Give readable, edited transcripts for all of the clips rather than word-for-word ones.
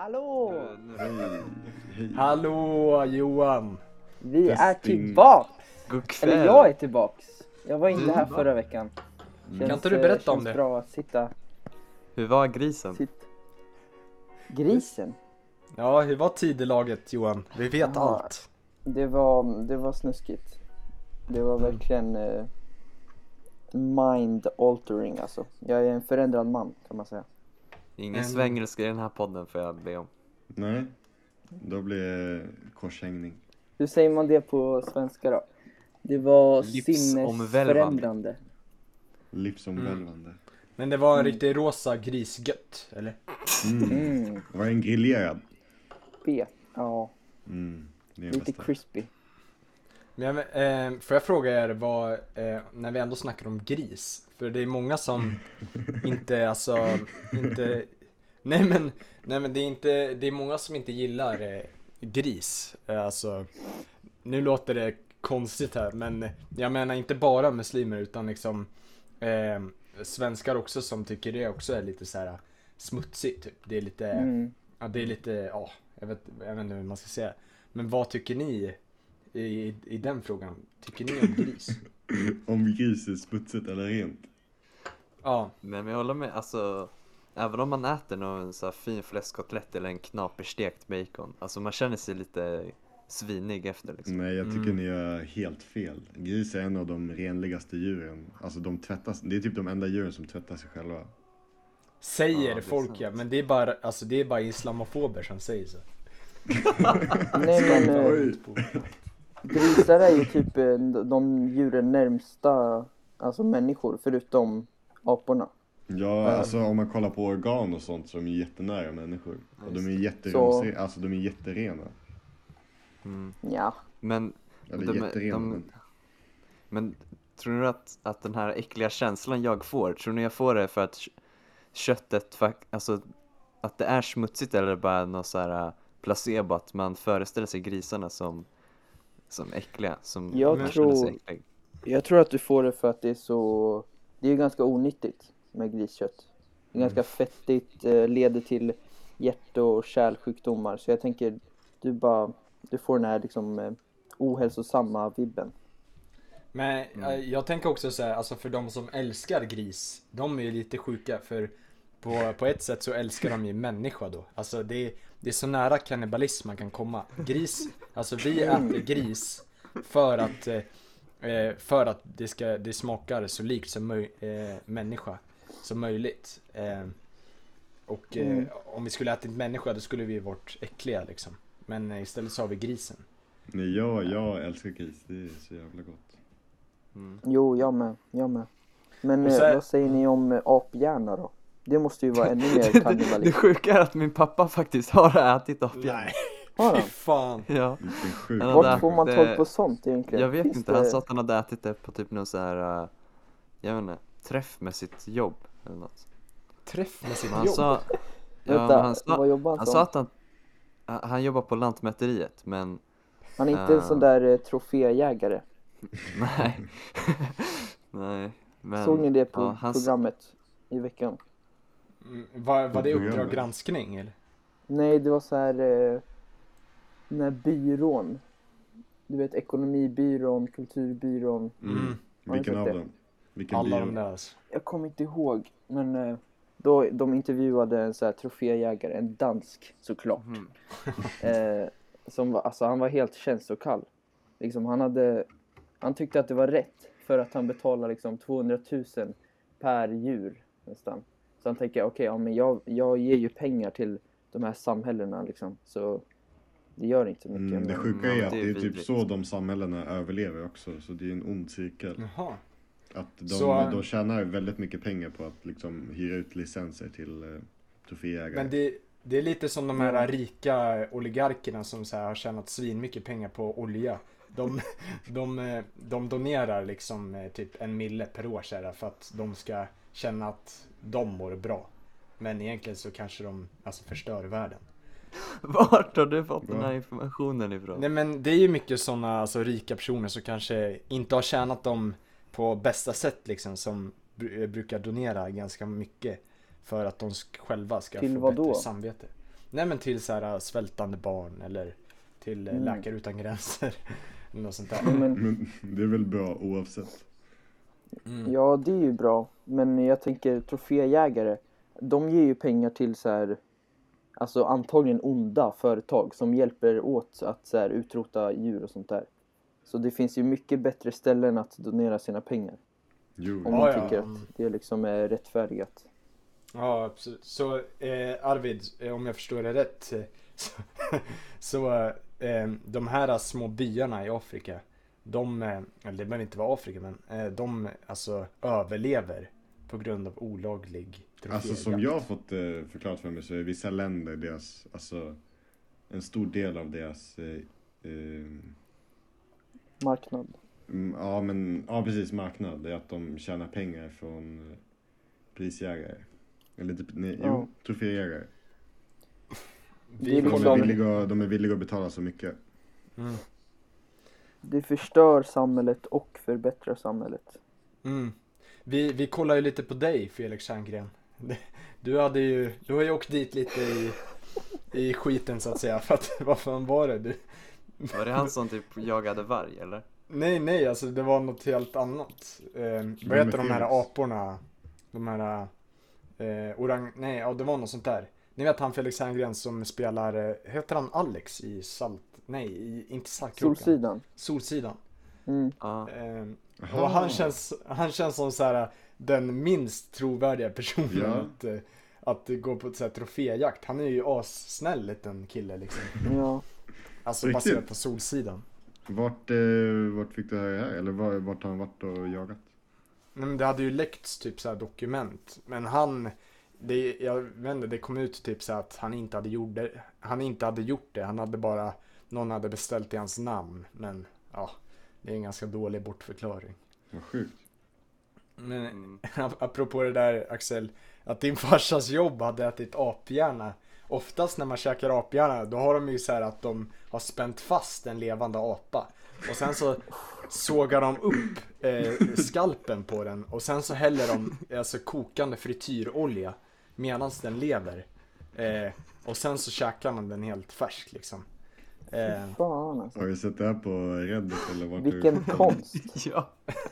Hallå! Hej. Hallå Johan! Vi är Testing. tillbaks! God kväll. Eller jag är tillbaks. Jag var inte Du här va? förra veckan. Kan inte du berätta om känns det? bra att sitta. Hur var grisen? Grisen? Ja, hur var tidelaget Johan? Vi vet Ja. allt. Det var snuskigt. Det var verkligen mind altering alltså. Jag är en förändrad man kan man säga. Ingen svengelska i den här podden får jag be om. Nej, då blir det korshängning. Hur säger man det på svenska då? Det var Livsomvälvande. sinnesförändrande. Livsomvälvande. Men det var en riktig rosa grisgött, eller? Mm. Var en grillerad? B. Ja, Det är lite bästa. crispy. Men får jag fråga er vad, när vi ändå snackar om gris? För det är många som inte, inte... Nej men det är inte, det är många som inte gillar gris. Alltså, nu låter det konstigt här, men jag menar inte bara muslimer utan liksom svenskar också som tycker det också är lite så här smutsigt typ. Det är lite, ja det är lite, ja, jag vet inte hur man ska säga. Men vad tycker ni i den frågan? Tycker ni om gris? Om gris är smutsigt eller rent? Ja. Men jag håller med, alltså även om man äter någon så här fin fläskkotlett eller en knaperstekt bacon, alltså man känner sig lite svinig efter liksom. Nej, jag tycker ni har helt fel. Gris är en av de renligaste djuren. Alltså de tvättas, det är typ de enda djuren som tvättar sig själva. Säger Ja, det är folk sant. ja, men det är bara, alltså det är bara islamofober som säger så. Nej men Oj. grisar är ju typ de djuren närmsta alltså människor förutom aporna. Ja, alltså om man kollar på organ och sånt så är de ju jättenära människor. Och de är alltså de är jätterena. Ja, Men Eller jätterena. men tror ni att den här äckliga känslan jag får, tror ni jag får det för att köttet, alltså att det är smutsigt, eller bara något så här placebo, att man föreställer sig grisarna som äckliga, som Jag man känner sig tror- äcklig. jag tror att du får det för att det är ju ganska onyttigt med griskött. Det är ganska fettigt, leder till hjärt- och kärlsjukdomar. Så jag tänker du får den här liksom ohälsosamma vibben. Men jag tänker också så här, alltså för de som älskar gris, de är ju lite sjuka för på ett sätt så älskar de ju människa då. Alltså det är så nära kannibalism man kan komma. Gris, alltså vi äter gris för att det smakar så likt som människa som möjligt. Om vi skulle ätit människa då skulle vi varit äckliga liksom. Men istället så har vi grisen. Nej, jag älskar gris. Det är så jävla gott. Jo, jag med. Men Och så- vad säger ni om aphjärna då? Det måste ju vara ännu mer Det kannibalism. sjuka är att min pappa faktiskt har ätit apbjörn. Nej, Har fy han? fan. Ja. Vilken sjuk. Ja, Vart där- får man det- tag på sånt egentligen? Jag vet Finns inte, det- han sa att han hade ätit det på typ någon så här, jag vet inte, träff med sitt jobb eller något. Träff med sitt Men han jobb. sa, Vänta, han vad jobbar han som? sa att han jobbar på Lantmäteriet, men Han är inte en sån där troféjägare. nej. Nej, men Såg ni det på ja, han programmet i veckan? Var det Uppdrag granskning eller? Nej, det var så här den här byrån. Du vet, ekonomibyrån, kulturbyrån. Har ni Vilken sett av det? dem? Vilken Alla de byrå? där alltså. Jag kommer inte ihåg, men då de intervjuade en så här troféjägare, en dansk såklart. Som var, alltså han var helt känslokall. Liksom han tyckte att det var rätt för att han betalar liksom 200 000 per djur nästan. Så han tänker okej, ja, men jag ger ju pengar till de här samhällena liksom, så det gör inte så mycket. Det men- sjuka är Ja, att det är det är typ vidrigt. så de samhällena överlever också. Så det är en ond cirkel. Jaha. Att de tjänar väldigt mycket pengar på att liksom hyra ut licenser till troféjägare. Men det är lite som de här rika oligarkerna som så här har tjänat svin mycket pengar på olja. De donerar liksom typ 1 mille per år så här, för att de ska känna att de mår bra. Men egentligen så kanske de alltså förstör världen. vart har du fått den här informationen ifrån? Nej men det är ju mycket sådana alltså, rika personer som kanske inte har tjänat dem på bästa sätt liksom, som brukar donera ganska mycket för att de själva ska Till få vad bättre då? samvete. nej men till så här svältande barn eller till Läkare utan gränser eller något sånt där. Men, Men det är väl bra oavsett. ja, det är ju bra. Men jag tänker troféjägare, de ger ju pengar till så här, alltså antagligen onda företag som hjälper åt att så här utrota djur och sånt där. Så det finns ju mycket bättre ställen att donera sina pengar. Jo. Om Ja, man ja. tycker att det liksom är rättfärdigat. Ja, absolut. Så Arvid, om jag förstår det rätt, så de här små byarna i Afrika, eller det behöver inte vara Afrika, men de alltså överlever på grund av olaglig troféjakt. Alltså som jag har fått förklarat för mig så är vissa länder deras, alltså en stor del av deras Marknad. ja precis, marknad är att de tjänar pengar från prisjägare. Eller typ, Ja. troféjägare. Det är För liksom, de är villiga att betala så mycket. Mm. det förstör samhället och förbättrar samhället. Mm. Vi kollar ju lite på dig, Felix Tjerngren. Du har ju åkt dit lite i skiten så att säga. För att, vad fan var det? Var det han som typ jagade varg eller? Nej, alltså det var något helt annat. Vad heter de här Felix? aporna? De här det var något sånt där. Ni vet han Felix Herngren som spelar, heter han Alex i inte Saltkråkan. Solsidan. Ja. Och han känns som så här den minst trovärdiga personen att gå på ett så här troféjakt. Han är ju assnäll liten kille liksom. Ja. Alltså Riktigt? baserat på Solsidan. Vart fick du höra det här? Eller vart har han varit och jagat? Nej, men det hade ju läckts typ så här dokument. Men jag vet inte, det kom ut typ så här att han inte hade gjort det. Han hade bara, någon hade beställt i hans namn. Men ja, det är en ganska dålig bortförklaring. Vad sjukt. Men apropå det där Axel, att din farsas jobb hade ätit aphjärna. Oftast när man käkar aphjärna, då har de ju så här att de har spänt fast en levande apa. Och sen så sågar de upp skalpen på den. Och sen så häller de alltså kokande frityrolja medan den lever. Och sen så käkar man den helt färsk liksom. Fan alltså. Har du sett det här på Reddit eller vart Vilken konst. Ja.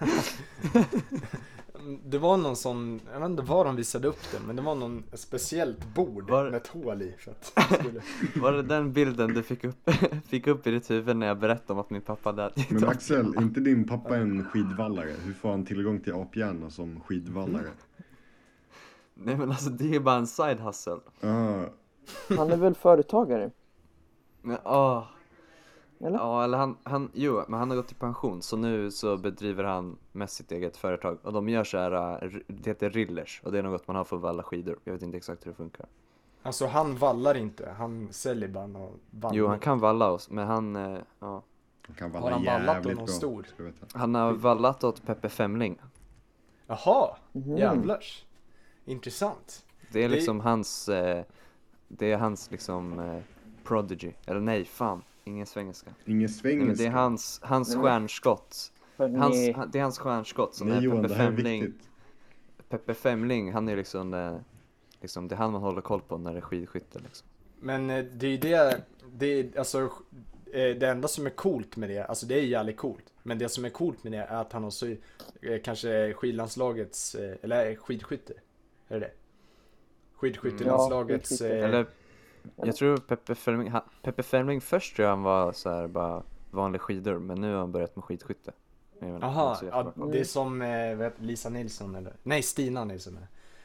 Det var någon sån, jag vet inte var de visade upp det, men det var någon speciellt bord med ett hål i för att det skulle... Var det den bilden du fick upp i ditt huvud när jag berättade om att min pappa hade ätit Men dem? Axel, inte din pappa en skidvallare? Hur får han tillgång till aphjärna som skidvallare? Nej men alltså det är bara en side hustle. Han är väl företagare? Men Eller? ja, eller men han har gått i pension, så nu så bedriver han med sitt eget företag. Och de gör så här, det heter rillers, och det är något man har för att valla skidor. Jag vet inte exakt hur det funkar. Alltså han vallar inte, han säljer bara och vallar. Jo, han kan valla oss, men han, ja. Han kan Har valla han vallat jävligt någon bra, stor? ska du veta. Han har vallat åt Peppe Femling. Jaha, Mhm. jävlars. Intressant. Det är liksom hans liksom prodigy. Eller nej, fan, ingen svengelska. Ingen Nej, svengelska. men det är hans stjärnskott. Det är hans stjärnskott som Nej är Johan, Peppe det här är Femling. viktigt. Peppe Femling, han är liksom det är han man håller koll på när det är skidskytte liksom. Men det är alltså det enda som är coolt med det, alltså det är jävligt coolt. Men det som är coolt med det är att han också kanske skidlandslagets, eller skidskytte, är det? Skidskyttelandslagets... Ja, Eller jag tror Peppe Femling först tror jag han var så här bara vanlig skidor, men nu har han börjat med skidskytte. Jaha, ja, det är som Lisa Nilsson eller... Nej, Stina Nilsson.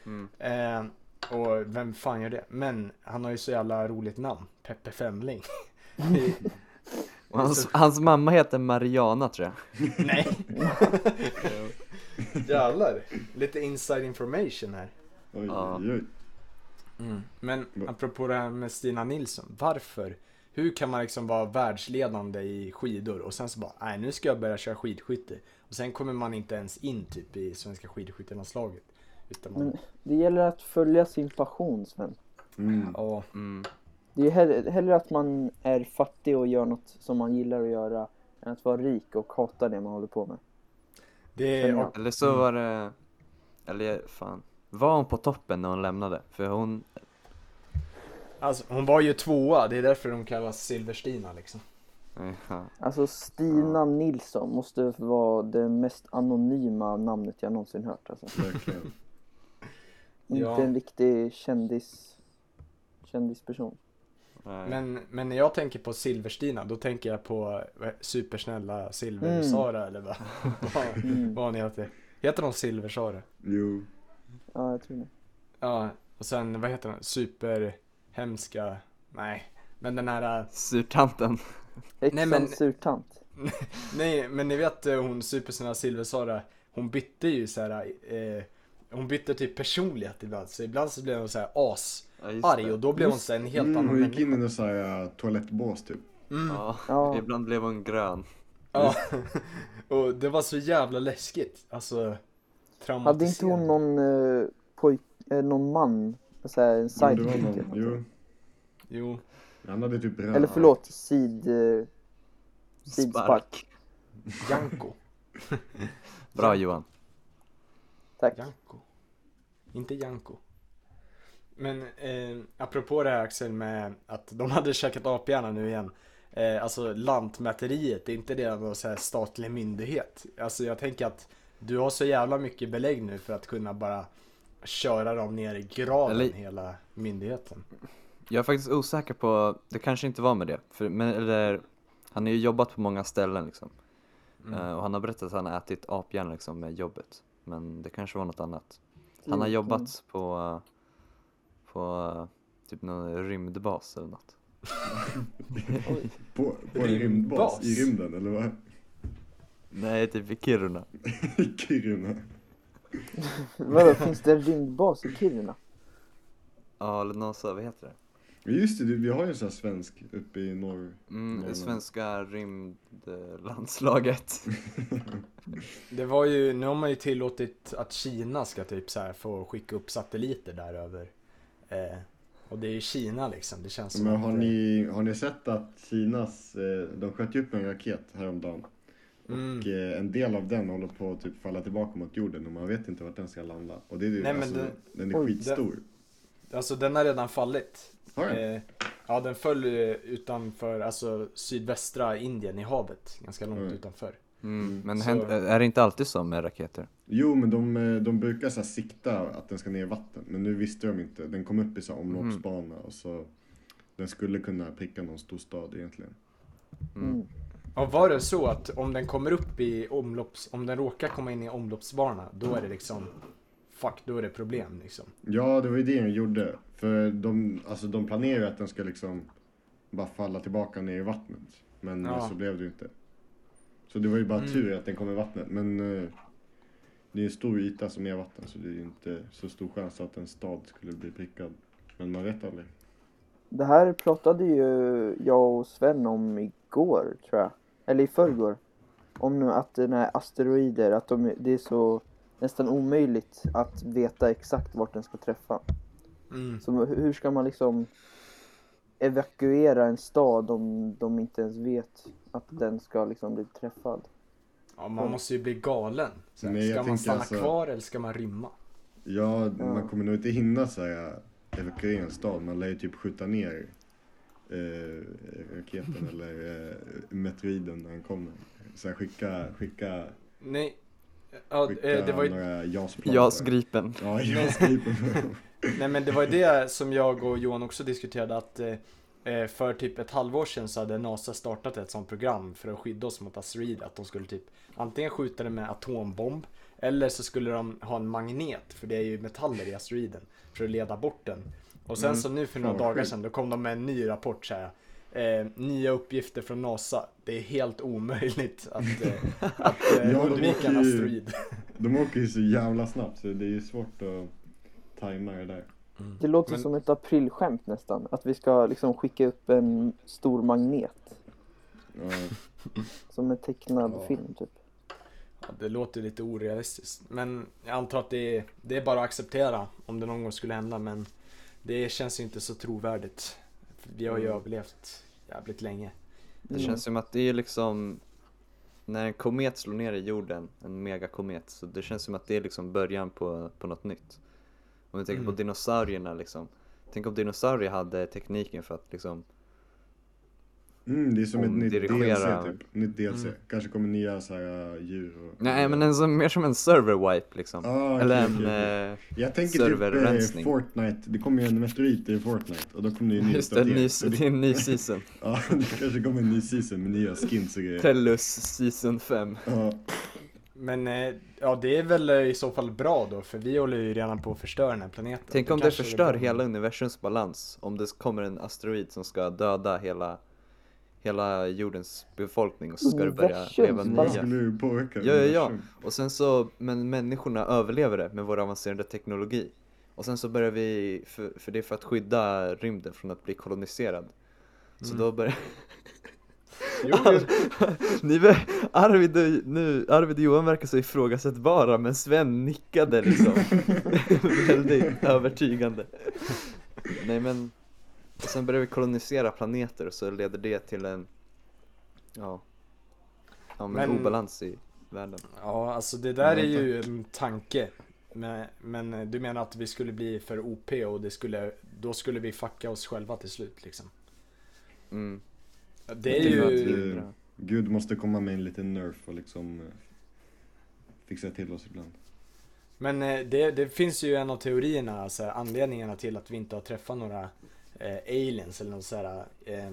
Och vem fan gör det? Men han har ju så jävla roligt namn. Peppe Femling. Och hans mamma heter Mariana tror jag. Nej. Jävlar. Lite inside information här. Oj, Ja. oj, oj. Men apropå det här med Stina Nilsson. Varför? Hur kan man liksom vara världsledande i skidor och sen så bara, nej nu ska jag börja köra skidskytte. Och sen kommer man inte ens in typ i svenska skidskyttelandslaget. Utan man... Men det gäller att följa sin passion, Sven. Ja. Det är hellre att man är fattig och gör något som man gillar att göra än att vara rik och hata det man håller på med. Det är... Ja. Eller så var det, eller fan, var hon på toppen när hon lämnade? För Alltså hon var ju 2:a, det är därför de kallas Silverstina liksom. Ja. Alltså Stina Nilsson måste vara det mest anonyma namnet jag någonsin hört. Alltså. Verkligen. Ja. Inte en riktig kändisperson. Men när jag tänker på Silverstina, då tänker jag på supersnälla Silver-Sara eller vad ni heter. Heter de Silver-Sara? Jo. Ja, jag tror det. Ja, och sen vad heter den? Superhemska. Nej, men den här Surtanten. Exxon men- surtant. nej, men ni vet hon supersnälla Silver-Sara, hon bytte ju så här hon bytte typ personlighet ibland. Så ibland så blev hon så här Ja, just arg det. och då blev hon så här en helt annan Hon gick in människa. i någon så här toalettbås typ. Ja. Ja. Ibland blev hon grön. Ja. Och det var så jävla läskigt. Alltså Hade traumatiserande. inte hon någon man? Så här, en Jo, det var sidekick någon, eller något. jo. Jo. Han hade typ röd. Eller förlåt, sidspark. Janko. Bra Johan. Tack. Janko. Inte Janko. Men apropå det här Axel med att de hade käkat aphjärna nu igen. Alltså Lantmäteriet, är inte det någon så här statlig myndighet? Alltså jag tänker att du har så jävla mycket belägg nu för att kunna bara köra dem ner i graven, Eller- hela myndigheten. Jag är faktiskt osäker på, det kanske inte var med det. Eller, han har ju jobbat på många ställen liksom. Och han har berättat att han har ätit aphjärna liksom med jobbet. Men det kanske var något annat. Han har jobbat på typ någon rymdbas eller något. På en rymdbas i rymden, eller vad? Nej, typ i Kiruna. I Kiruna. Vadå, finns det en rymdbas i Kiruna? Ja, eller någon så, vad heter det? Just det, vi har ju en sån här svensk uppe i norr. Det svenska rymdlandslaget. Det var ju, nu har man ju tillåtit att Kina ska typ så här få skicka upp satelliter där över. Och det är ju Kina liksom, det känns som Men att, har ni sett att Kinas, de sköt ju upp en raket häromdagen. Och en del av den håller på att typ falla tillbaka mot jorden och man vet inte vart den ska landa. Och det är ju, Nej, men alltså, den är oj, skitstor. alltså den har redan fallit. Har den? Ja, den föll utanför, alltså sydvästra Indien i havet, ganska långt utanför. Men Så- är det inte alltid så med raketer? Jo, men de brukar så här sikta att den ska ner i vatten. Men nu visste de inte. Den kom upp i så här omloppsbana och så den skulle kunna pricka någon stor stad egentligen. Ja, var det så att om den kommer upp i om den råkar komma in i omloppsbana, då är det liksom, då är det problem liksom. Ja, det var ju det de gjorde. För de planerar ju att den ska liksom bara falla tillbaka ner i vattnet. Men Ja. så blev det ju inte. Så det var ju bara tur att den kom i vattnet. Men det är en stor yta som är vatten, så det är ju inte så stor chans att en stad skulle bli prickad. Men man vet aldrig. Det här pratade ju jag och Sven om igår, tror jag. Eller i förrgår. Om nu att den här asteroider, att det är så nästan omöjligt att veta exakt vart den ska träffa. Så hur ska man liksom evakuera en stad om de inte ens vet att den ska liksom bli träffad? Ja, man måste ju bli galen. Så här, Nej, jag ska man tänker stanna alltså- kvar eller ska man rymma? Ja, man kommer nog inte hinna så här evakuera en stad. Man lär ju typ skjuta ner raketen eller meteoriden när den kommer. Så här, skicka Nej. Ja, det var ju, några JAS-plan. JAS Gripen. Ja, JAS-gripen. nej men det var ju det som jag och Johan också diskuterade, att för typ ett halvår sedan så hade NASA startat ett sånt program för att skydda oss mot asteroider. Att de skulle typ antingen skjuta det med atombomb, eller så skulle de ha en magnet, för det är ju metaller i asteroiden, för att leda bort den. Och sen så nu för några Fan, vad dagar sjukt. sedan, då kom de med en ny rapport så här. Nya uppgifter från NASA. Det är helt omöjligt att de undvika en åker ju- asteroid. De åker ju så jävla snabbt så det är ju svårt att tajma det där. Det låter Men- som ett aprilskämt nästan. Att vi ska liksom skicka upp en stor magnet. Ja, Som en tecknad Ja. film typ. Ja, det låter lite orealistiskt. Men jag antar att det är bara att acceptera om det någon gång skulle hända. Men det känns ju inte så trovärdigt. Vi har ju överlevt jävligt länge. Det känns som att det är liksom, när en komet slår ner i jorden, en megakomet, så det känns som att det är liksom början på något nytt. Om vi tänker på dinosaurierna liksom, Tänk om dinosaurier hade tekniken för att liksom Det är som ett nytt omdirigera. DLC typ. Nytt DLC. Kanske kommer nya så här djur och... Nej men mer som en server wipe liksom. Ah, Eller okej, en jag tänker serverrensning. typ Fortnite. Det kommer ju en meteorit i Fortnite. Och då kommer det ju en ny Just det, uppdatering. det är en ny season. Ja, det kanske kommer en ny season med nya skins och grejer. Tellus season 5. Ja, Men ja, det är väl i så fall bra då, för vi håller ju redan på att förstöra den här planeten. Tänk om det kanske är förstör bra. hela universums balans. Om det kommer en asteroid som ska döda hela jordens befolkning, och så ska det börja Universums leva det balans. nya. skulle ju påverka Ja. universum. Och sen så, men människorna överlever det med vår avancerade teknologi. Och sen så börjar vi, för det är för att skydda rymden från att bli koloniserad. Så då börjar... Jo, Arvid och Johan verkar så ifrågasättbara, men Sven nickade liksom. Väldigt övertygande. Nej men, och sen börjar vi kolonisera planeter, och så leder det till en men obalans i världen. ja, alltså det där är ju en tanke. Men du menar att vi skulle bli för OP och då skulle vi fucka oss själva till slut liksom. Mm. Det är Jag ju... tycker att Gud måste komma med en liten nerf och liksom fixa till oss ibland. Men det finns ju en av teorierna, alltså anledningarna till att vi inte har träffat några aliens eller något sådär.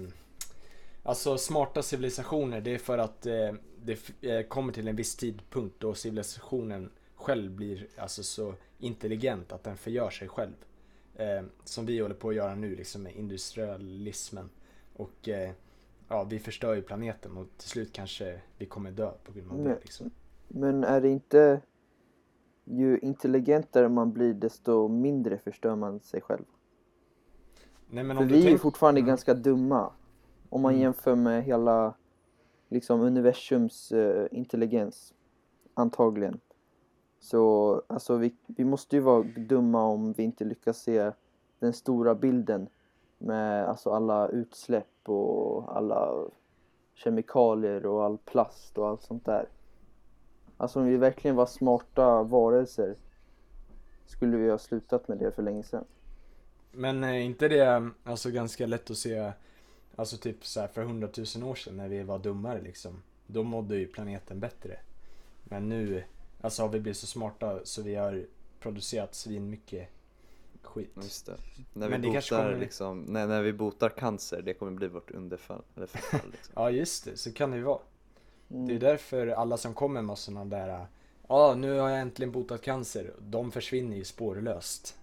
Alltså smarta civilisationer, det är för att det kommer till en viss tidpunkt då civilisationen själv blir alltså så intelligent att den förgör sig själv. Som vi håller på att göra nu liksom med industrialismen. Och vi förstör ju planeten och till slut kanske vi kommer dö på grund av det liksom. Men är det inte, ju intelligentare man blir desto mindre förstör man sig själv? Nej, men För om vi är ju fortfarande ganska dumma. Om man jämför med hela liksom universums intelligens. Antagligen. Så alltså vi måste ju vara dumma om vi inte lyckas se den stora bilden. Med alltså alla utsläpp och alla kemikalier och all plast och allt sånt där. Alltså om vi verkligen var smarta varelser skulle vi ha slutat med det för länge sedan. Men är inte det alltså ganska lätt att se, alltså typ så här för 100 000 år sedan när vi var dummare liksom. Då mådde ju planeten bättre. Men nu alltså har vi blivit så smarta så vi har producerat svin mycket skit. Just det. När Men vi det kanske botar kommer- liksom, när vi botar cancer, det kommer bli vårt underfall eller förfall liksom. Ja just det, så kan det ju vara. Mm. Det är därför alla som kommer med sådana där nu har jag äntligen botat cancer. De försvinner ju spårlöst.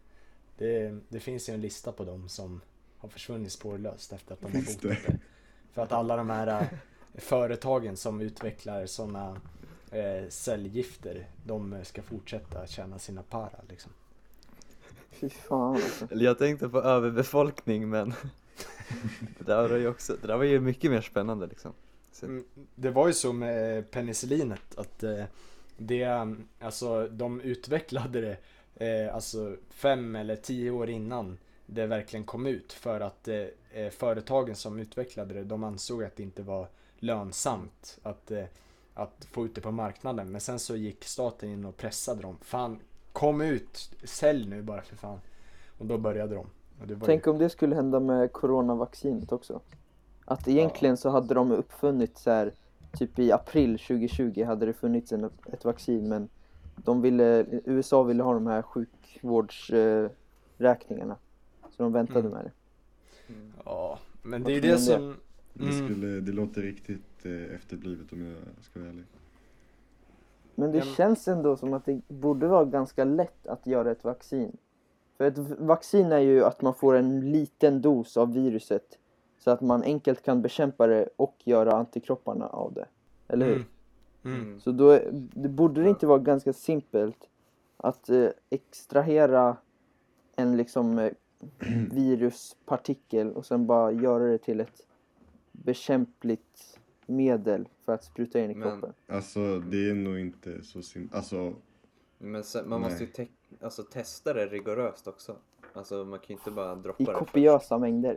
Det finns ju en lista på dem som har försvunnit spårlöst efter att de har Just botat det. För att alla de här företagen som utvecklar sådana cellgifter, de ska fortsätta tjäna sina para liksom. Fy fan alltså. Eller jag tänkte på överbefolkning, men det där var ju mycket mer spännande liksom. Så, Det var ju så med penicillinet att alltså de utvecklade det alltså 5 eller 10 år innan det verkligen kom ut, för att företagen som utvecklade det, de ansåg att det inte var lönsamt att få ut det på marknaden. Men sen så gick staten in och pressade dem. Fan, kom ut, sälj nu bara för fan. Och då började de. Och det var Tänk om det skulle hända med coronavaccinet också. Att egentligen så hade de uppfunnit så här, typ i april 2020 hade det funnits ett vaccin, men USA ville ha de här sjukvårdsräkningarna. Så de väntade med det. Ja, men Vad det är ju tror det du om som... Det låter riktigt efterblivet om jag ska vara ärlig. Men det Ja, men- känns ändå som att det borde vara ganska lätt att göra ett vaccin. För ett vaccin är ju att man får en liten dos av viruset så att man enkelt kan bekämpa det och göra antikropparna av det. Eller hur? Så då det borde det inte vara ganska simpelt att extrahera en liksom viruspartikel och sen bara göra det till ett bekämpligt medel för att spruta in i Men- kroppen. Alltså det är nog inte så simpelt. Alltså men sen, man måste ju testa det rigoröst också. Alltså man kan ju inte bara droppa I det kopiösa mängder.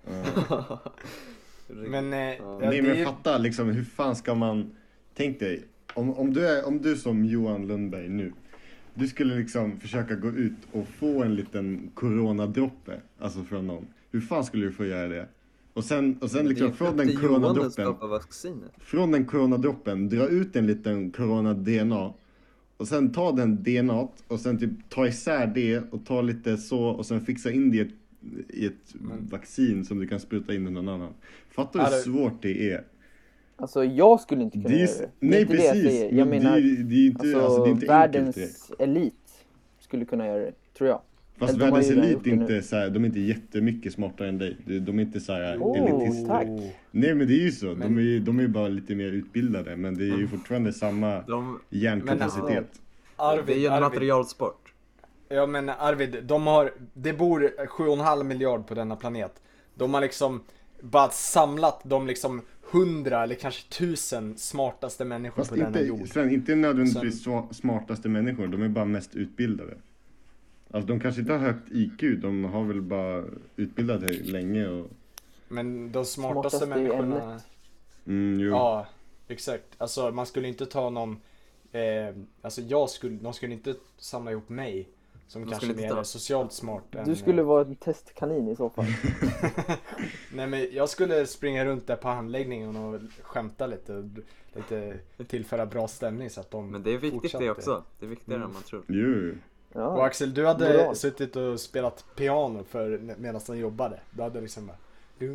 Men nej men fatta liksom, hur fan ska man... Tänk dig, om du som Johan Lundberg nu Du skulle liksom försöka gå ut och få en liten coronadroppe. Alltså från någon. Hur fan skulle du få göra det? Och sen liksom från den coronadroppen. Från den coronadroppen dra ut en liten corona-DNA. Och sen ta den DNA och sen typ ta isär det och ta lite så och sen fixa in det i ett vaccin som du kan spruta in i någon annan. Fattar du hur svårt det är? Alltså jag skulle inte kunna göra det. Nej, inte precis. Det jag säger. Jag menar, det är inte, alltså, det är inte världens elit skulle kunna göra det, tror jag. Fast världens elit är inte så här, de är inte jättemycket smartare än dig. De är inte så här elitister. Tack. Nej, men det är ju så. De är bara lite mer utbildade, men det är ju fortfarande samma hjärnkapacitet. Arvid, det är en materialsport. Ja, men Arvid, det bor 7,5 miljard på denna planet. De har liksom bara samlat de liksom 100 eller kanske 1000 smartaste människor fast på denna jord. Sven, inte nödvändigtvis smartaste människor, de är bara mest utbildade. Alltså de kanske inte har högt IQ, de har väl bara utbildat sig länge och... Men de smartaste människorna... Jo. Ja, exakt. Alltså man skulle inte ta någon... Alltså de skulle inte samla ihop mig som kanske mer är socialt smart. Du skulle vara en testkanin i så fall. Nej, men jag skulle springa runt där på handläggningen och skämta lite tillföra bra stämning så att de Men det är viktigt fortsatte. det också. Det är viktigare än man tror. Jo. Ja. Och Axel, du hade suttit och spelat piano medan de jobbade. Du hade liksom bara...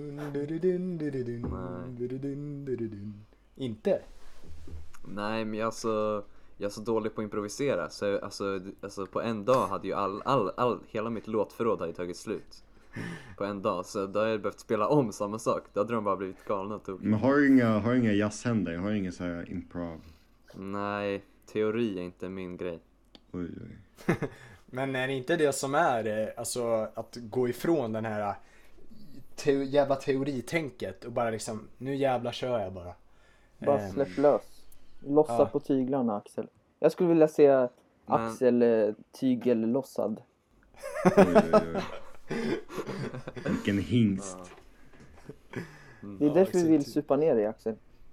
Inte? Nej, men jag är så dålig på att improvisera. Så alltså på en dag hade ju hela mitt låtförråd hade tagit slut. På en dag, så då hade jag behövt spela om samma sak. Då hade de bara blivit galna. Men har du inga jazzhänder? Har du inga så här improv? Nej, teori är inte min grej. Oj. Men är det inte det som är alltså att gå ifrån den här jävla teoritänket och bara liksom, nu jävla kör jag bara. Bara släpp lös. Lossa på tyglarna, Axel. Jag skulle vilja se Axel tygellossad. Oj. Vilken hingst. Det är därför vi vill supa ner dig, Axel.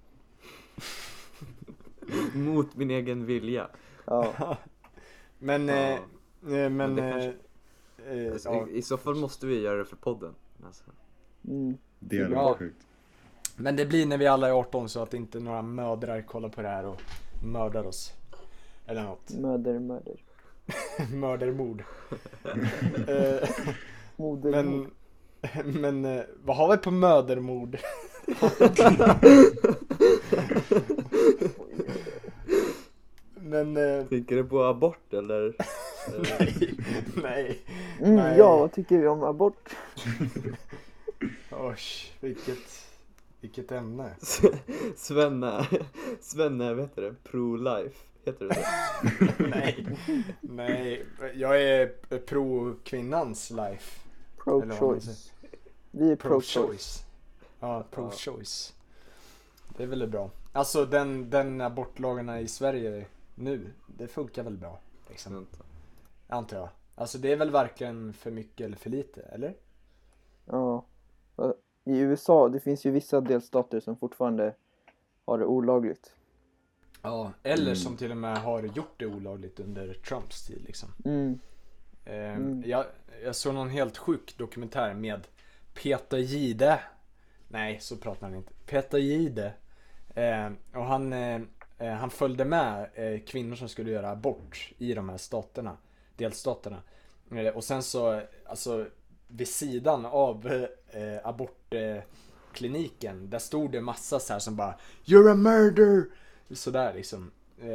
Mot min egen vilja. Ja. Men I så fall måste vi göra det för podden. Alltså. Det är sjukt. Men det blir när vi alla är 18 så att inte några mödrar kollar på det här och mördar oss. Eller något. Möder. Mördermord. Modermord. Men vad har vi på mödermord? Men tänker du på abort eller? Nej. Nej. Ja, vad tycker vi om abort? Vilket ämne. Svenna, vet du det? Pro-life, heter det så? Nej, jag är pro-kvinnans life. Pro-choice. Vi är pro-choice. Ja, pro-choice. Det är väl bra. Alltså den abortlagarna i Sverige nu, det funkar väl bra liksom. Antar jag. Alltså det är väl varken för mycket eller för lite, eller? Ja. I USA, det finns ju vissa delstater som fortfarande har det olagligt. Ja, eller som till och med har gjort det olagligt under Trumps tid liksom. Jag såg någon helt sjuk dokumentär med Peter Jihde. Nej, så pratar han inte. Peter Jihde. Och han följde med kvinnor som skulle göra abort i de här delstaterna. Och sen så, alltså vid sidan av abortkliniken, där stod det massa så här som bara "You're a murder!" sådär liksom.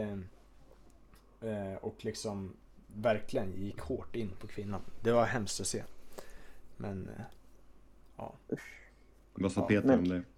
Och liksom verkligen gick hårt in på kvinnan. Det var hemskt att se. Men ja. Vad sa Peter om det?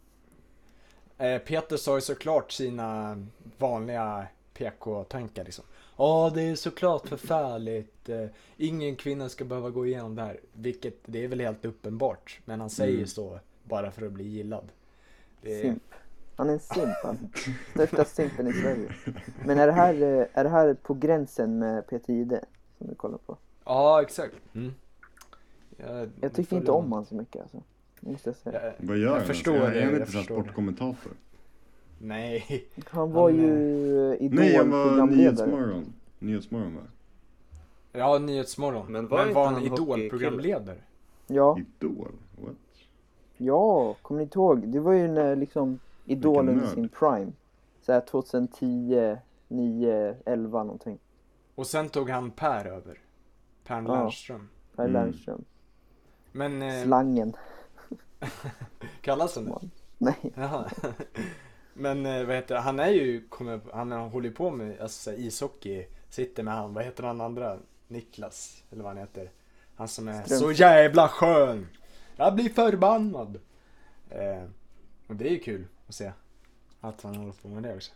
Peter sa ju såklart sina vanliga PK-tankar liksom. Det är såklart förfärligt. Ingen kvinna ska behöva gå igenom det här. Vilket, det är väl helt uppenbart. Men han säger så bara för att bli gillad. Simp. Han är en simp, alltså. Största simpen i Sverige. Men är det här på gränsen med Peter Jihde som du kollar på? Ja, exakt. Jag tycker inte om han så mycket, alltså. Måste jag säga. Vad gör han? Jag är inte så sportkommentator. Nej. Han var ju Idol-programledare. Nyhetsmorgon, va? Ja, Nyhetsmorgon. Men var han Idol-programledare? Ja. Idol? What? Ja, kommer ni inte ihåg? Det var ju när liksom Idol under sin prime. Såhär 2010, 9, 11 någonting. Och sen tog han Per över. Per Lernström. Per Lernström. Men... Slangen. Kallas han det? Nej. Jaha. Men vad heter det? Han är ju han håller på med alltså, ishockey. Sitter med han, vad heter han andra? Niklas, eller vad han heter. Han som är så jävla skön. Jag blir förbannad. Och det är ju kul att se att han håller på med det också.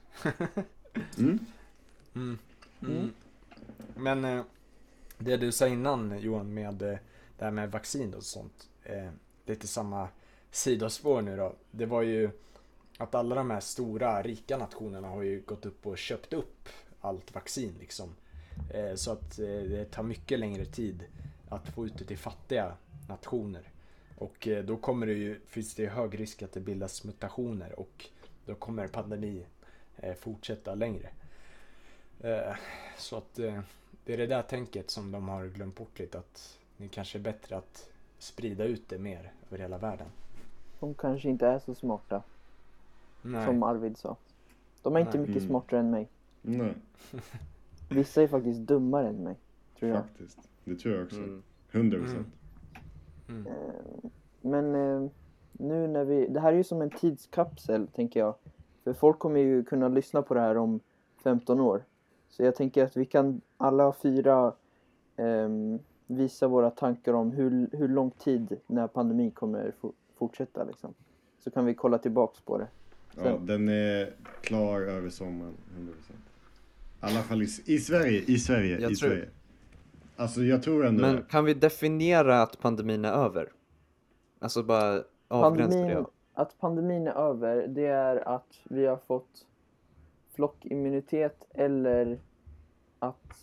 Men det du sa innan, Johan, med det här med vaccin och sånt. Lite samma sidospår nu då. Det var ju att alla de här stora, rika nationerna har ju gått upp och köpt upp allt vaccin liksom. Så att det tar mycket längre tid att få ut det till fattiga nationer. Och då kommer det ju, finns det hög risk att det bildas mutationer och då kommer pandemi fortsätta längre. Så att det är det där tänket som de har glömt bort lite, att det kanske är bättre att sprida ut det mer över hela världen. De kanske inte är så smarta. Nej. Som Arvid sa. De är inte mycket smartare än mig. Nej. Vissa är faktiskt dummare än mig, tror jag. Faktiskt. Det tror jag också. 100%. Men nu när det här är ju som en tidskapsel, tänker jag. För folk kommer ju kunna lyssna på det här om 15 år. Så jag tänker att vi kan alla 4 visa våra tankar om hur lång tid när pandemin kommer fortsätta liksom. Så kan vi kolla tillbaks på det. Ja, den är klar över sommaren, 100%. I alla fall i Sverige. Alltså jag tror ändå... Men kan vi definiera att pandemin är över? Alltså bara avgränsa det. Att pandemin är över, det är att vi har fått flockimmunitet eller att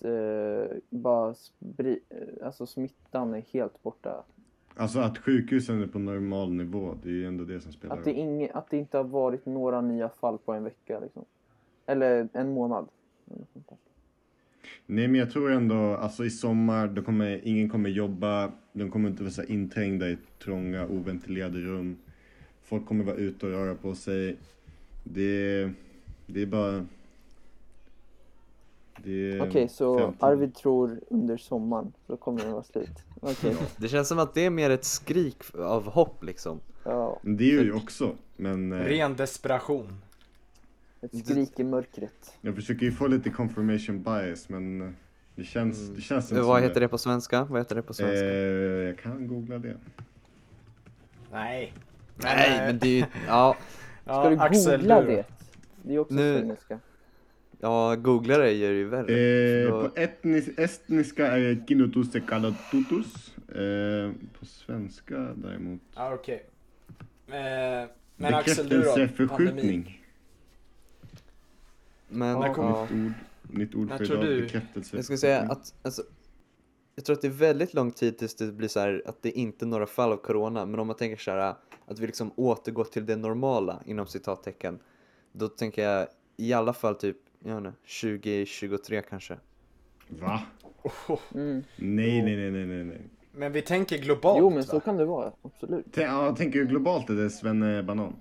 alltså smittan är helt borta. Alltså att sjukhusen är på normal nivå, det är ju ändå det som spelar roll. Att det inte har varit några nya fall på en vecka liksom. Eller en månad. Nej, men jag tror ändå, alltså i sommar, ingen kommer jobba, de kommer inte vara så inträngda i trånga, oventilerade rum. Folk kommer vara ute och röra på sig. Det är bara... Okej, så 15. Arvid tror under sommaren så kommer det vara slut. Okay. Det känns som att det är mer ett skrik av hopp liksom. Ja. Det är ju också, men... Ren desperation. Ett skrik i mörkret. Jag försöker ju få lite confirmation bias, men det känns inte Vad heter det på svenska? Jag kan googla det. Nej, men det är ju... Ja. Ska du Axel, googla det? Det är också svenska. Ja, googla det gör ju värre. På estniska är det kinutus kalatutus. På svenska däremot. Ja, okej. Men Axel, du då? Bekräftelseförskjutning. Men Nytt ord för idag. Bekräftelse. Jag ska säga att jag tror att det är väldigt lång tid tills det blir så här att det inte är några fall av corona. Men om man tänker så här att vi liksom återgår till det normala inom citattecken, då tänker jag i alla fall typ 2023 kanske. Va? Nej. Men vi tänker globalt. Jo, men så kan det vara, absolut. Jag tänker globalt är det Sven Banan.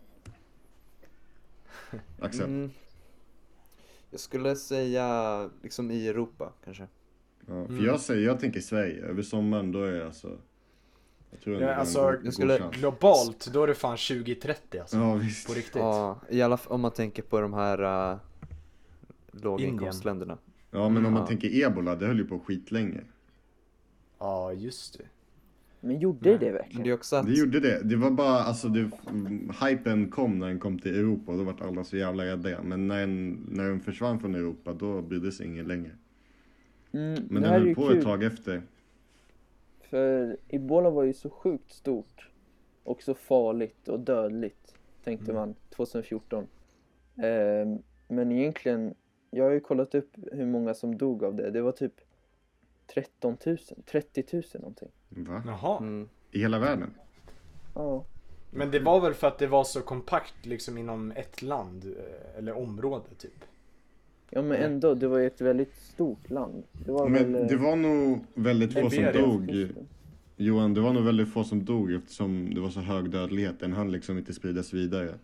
Axel. Jag skulle säga liksom i Europa kanske. Ja, för jag tänker Sverige. Över sommaren då är det alltså... Jag skulle globalt, då är det fan 2030 alltså. Ja, visst. På riktigt. Ja, i alla fall om man tänker på de här låginkomstländerna. Ja, men om man tänker Ebola, det höll ju på skitlänge. Ja, just det. Men gjorde det verkligen? Det är också att... Det gjorde det. Det var bara, alltså hypen kom när den kom till Europa och då var alla så jävla rädda. Men när den försvann från Europa, då brydde sig ingen längre. Men den höll på ett tag efter. För Ebola var ju så sjukt stort och så farligt och dödligt, tänkte man 2014. Men egentligen, jag har ju kollat upp hur många som dog av det. Det var typ 13 000, 30 000 någonting. Va? Jaha. I hela världen? Ja. Men det var väl för att det var så kompakt liksom inom ett land eller område typ. Ja, men ändå, det var ju ett väldigt stort land. Det var det var nog väldigt få som dog. Johan, det var nog väldigt få som dog eftersom det var så hög dödlighet. Den hann liksom inte spridas vidare.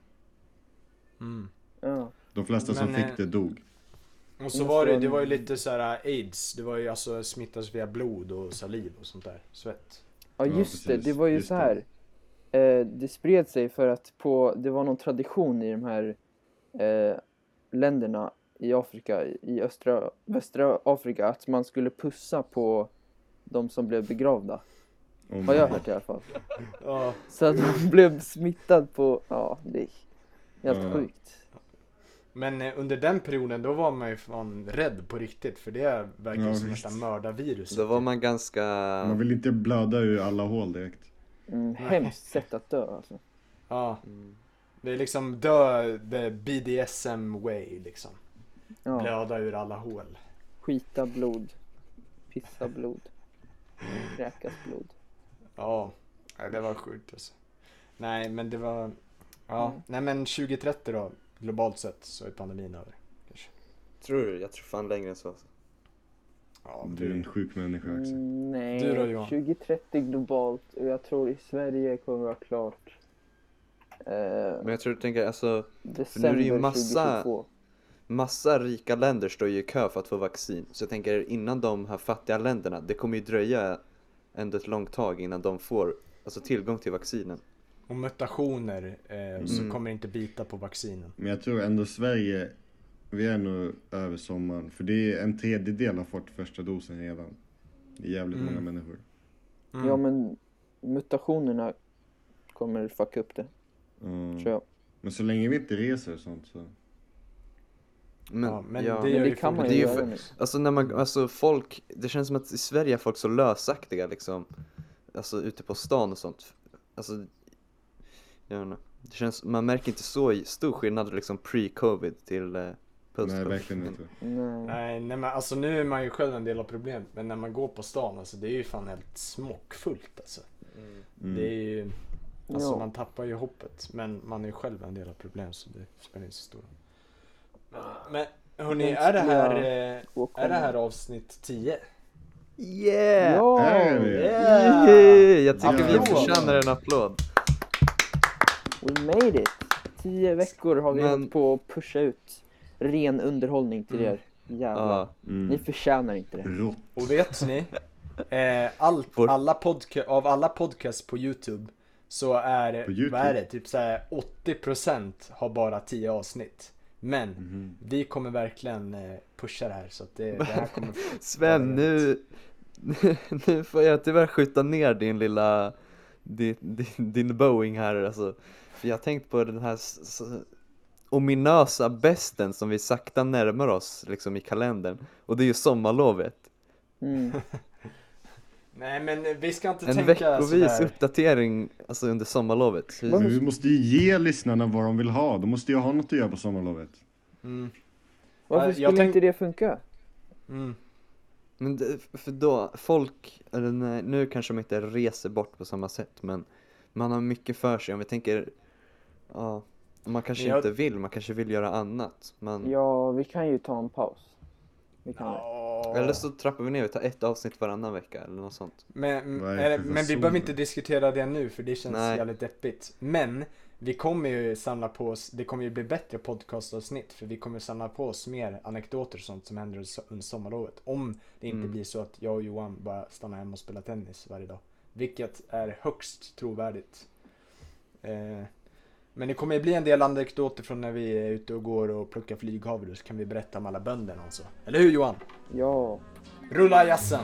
Ja. De flesta som fick det dog. Och så var det var ju lite så här AIDS. Det var ju alltså smittas via blod och saliv och sånt där. Svett. Ja, just det. Det var ju just så här. Det spred sig för att det var någon tradition i de här länderna i Afrika, i västra Afrika, att man skulle pussa på de som blev begravda. Har jag hört i alla fall. Ja. Så att de blev smittad på, det är helt sjukt. Men under den perioden då var man ju fan rädd på riktigt, för det verkar som ett mördarvirus. Då var man ganska... Man vill inte blöda ur alla hål direkt. Hemskt sätt att dö alltså. Ja. Det är liksom dö the BDSM way liksom. Ja. Blöda ur alla hål. Skita blod. Pissa blod. Kräkas blod. Ja, det var sjukt alltså. Nej, men det var... Ja, nej men 2030 då, globalt sett, så är pandemin över. Kanske. Tror du? Jag tror fan längre än så. Alltså. Ja, Du är en sjuk människa också. Nej, Du då, Johan? 2030 globalt, och jag tror i Sverige kommer det vara klart. Men jag tror du tänker, alltså... December för nu är det ju 2022. Massa rika länder står ju i kö för att få vaccin. Så jag tänker, innan de här fattiga länderna, det kommer ju dröja ändå ett långt tag innan de får alltså tillgång till vaccinen. Och mutationer så kommer inte bita på vaccinen. Men jag tror ändå Sverige, vi är nog över sommaren. För det är 1/3 har fått första dosen redan. Det är jävligt många människor. Ja, men mutationerna kommer fucka upp det, tror jag. Men så länge vi inte reser och sånt så... Men ja, det kan man ju göra nu. Alltså folk, det känns som att i Sverige är folk så lösaktiga liksom. Alltså ute på stan och sånt. Alltså, jag vet inte. Det känns, man märker inte så stor skillnad liksom pre-covid till post-covid. Nej, verkligen inte. Nej, men alltså nu är man ju själv en del av problemet. Men när man går på stan, alltså det är ju fan helt smockfullt alltså. Det är ju, alltså man tappar ju hoppet. Men man är ju själv en del av problemet, så det spelar inte så stor. Men hörni, är det här avsnitt 10? Yeah! Ja! Jag tycker vi förtjänar en applåd. We made it! 10 veckor har vi hållit på att pusha ut ren underhållning till er. Jävlar. Ni förtjänar inte det. Och vet ni, av alla podcasts på YouTube så är det, vad är det, typ såhär 80% har bara 10 avsnitt. Men vi kommer verkligen pusha det här, så att det här kommer... Sven, nu får jag tyvärr skjuta ner din lilla din Boeing här alltså. För jag har tänkt på den här ominösa besten som vi sakta närmar oss liksom i kalendern. Och det är ju sommarlovet. Nej, men vi ska inte en tänka veckovis uppdatering alltså under sommarlovet. Men vi måste ju ge lyssnarna vad de vill ha. De måste ju ha något att göra på sommarlovet. Varför skulle inte det funka? Men för då, folk, eller nej, nu kanske de inte reser bort på samma sätt, men man har mycket för sig. Om vi tänker, man kanske inte vill, man kanske vill göra annat. Ja, vi kan ju ta en paus. Vi kan eller så trappar vi ner och tar ett avsnitt varannan vecka eller något sånt. Men vi behöver inte diskutera det nu, för det känns jävligt deppigt. Men vi kommer ju samla på oss, det kommer ju bli bättre podcastavsnitt, för vi kommer samla på oss mer anekdoter och sånt som händer under sommarlovet. Om det inte blir så att jag och Johan bara stannar hemma och spelar tennis varje dag. Vilket är högst trovärdigt. Men det kommer ju bli en del anekdoter från när vi är ute och går och plockar flyghavre, så kan vi berätta om alla bönderna och så. Eller hur, Johan? Ja. Rulla jazzen!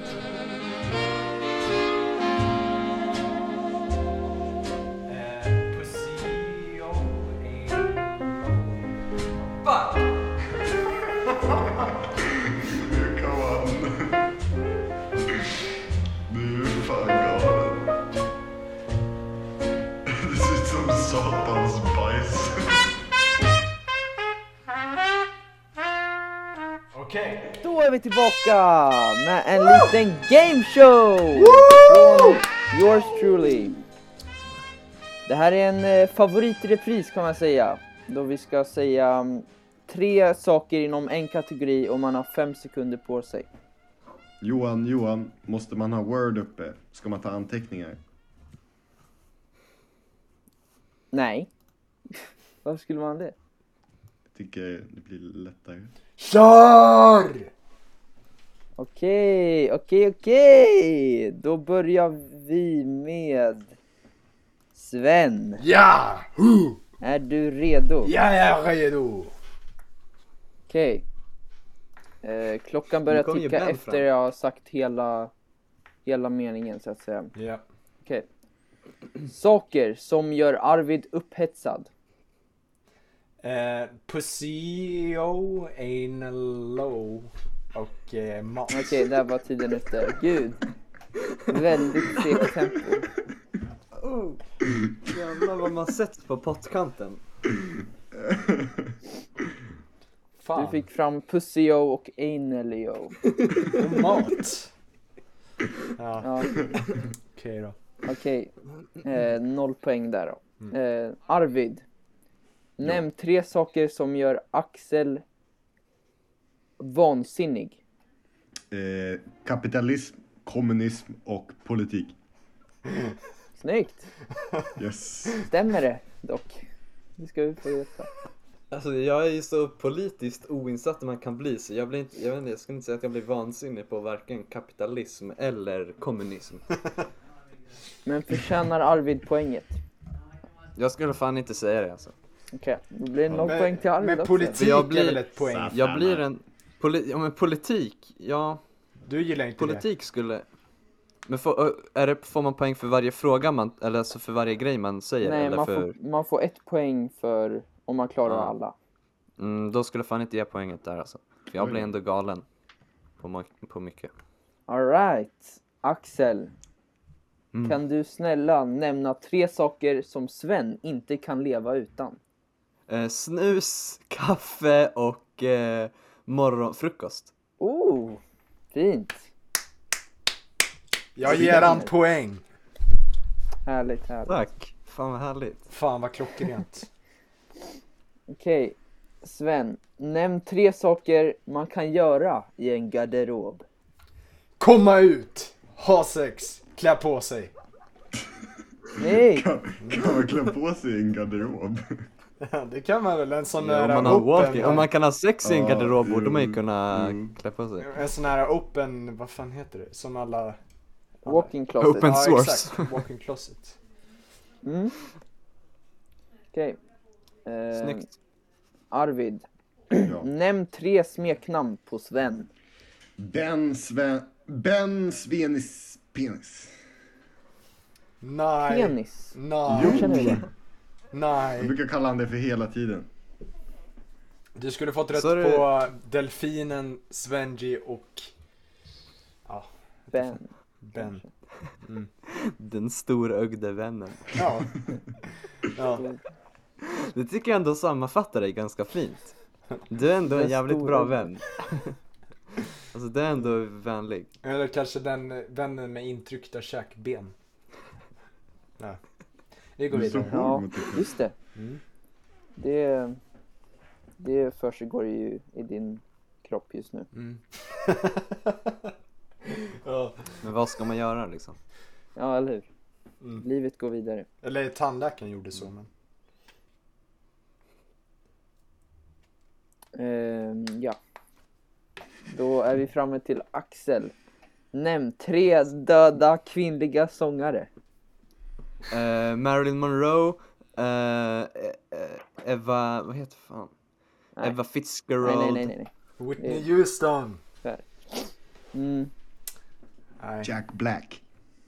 Då är vi tillbaka med en liten game show från yours truly. Det här är en favoritrepris kan man säga, då vi ska säga 3 saker inom en kategori och man har 5 sekunder på sig. Johan, måste man ha Word uppe? Ska man ta anteckningar? Nej. Varför skulle man det? Jag tycker det blir lättare. Kör! Okej. Då börjar vi med Sven. Ja! Är du redo? Ja, jag är redo. Okej. Klockan börjar Nu kom ju ticka Ben efter fram. jag har sagt hela meningen så att säga. Ja. Okej. Saker som gör Arvid upphetsad. Pusio, analo och mat. Okej, där var tiden ute. Gud. Väldigt segt tempo. Jävlar vad man sett på pottkanten. Fan. Du fick fram Pussio och Analio. Och mat. Ja, Ja, okej då. okej. 0 poäng där då. Arvid. Nämn 3 saker som gör Axel vansinnig. Kapitalism, kommunism och politik. Snyggt. Yes. Stämmer det dock? Det ska vi få veta. Alltså jag är ju så politiskt oinsatt man kan bli, så jag blir inte, jag vet inte, jag skulle inte säga att jag blir vansinnig på varken kapitalism eller kommunism. Men förtjänar Arvid poänget? Jag skulle fan inte säga det alltså. Okej, då blir det 0 poäng till Arvid Men också. politik Jag blir- är väl ett poäng? Jag blir en ja men politik, ja, Du gillar inte politik skulle. Men får man poäng för varje fråga man, eller alltså för varje grej man säger? Nej, eller man får 1 poäng för om man klarar Ja. alla. Då skulle jag fan inte ge poänget där alltså. För jag blir ändå galen på mycket. Alright. Axel. Mm. Kan du snälla nämna 3 saker som Sven inte kan leva utan? Snus, kaffe och morgonfrukost. Oh, fint. Jag ger han poäng. Härligt. Tack, fan vad härligt. Fan vad klockrent. Okej, Sven. Nämn 3 saker man kan göra i en garderob. Komma ut, ha sex, klä på sig. Nej, Kan man klä på sig i en garderob? Ja, det kan man väl, en sån Ja, där om, man har walking, open, om man kan ha sex i en Ja, garderob borde man ju kunna mm. klä på sig. en sån här open, vad fan heter det? Som alla... walk-in closet. Open Ja, source. exakt, walk-in closet. Mm. Okej. Snyggt. Arvid. Ja. Nämn 3 smeknamn på Sven. Ben Svenis penis. Nej. Penis. Nej. Jag känner det. Jag Nej. brukar kalla han det för hela tiden. Du skulle fått rätt Så det- på delfinen, Svenji och... Ja, Ben. Ben. Den storögde vännen. Ja. Ja. Det tycker jag ändå sammanfattar dig ganska fint. Du är ändå en Den jävligt bra storögde. vän. Alltså du är ändå vänlig. Eller kanske den vännen med intryckta käkben. Nej. Vi går Du är så vidare. hård Ja, mot dig själv. just det. Mm. Det försiggår ju i din kropp just nu. Mm. Ja. Men vad ska man göra liksom? Ja, eller hur? Mm. Livet går vidare. Eller tandläkaren gjorde så, men... Ja. Då är vi framme till Axel. Nämn 3 döda kvinnliga sångare. Marilyn Monroe, Eva, vad heter fan? Nej. Eva Fitzgerald. Nej. Whitney Houston. Mm. Nej. Jack Black.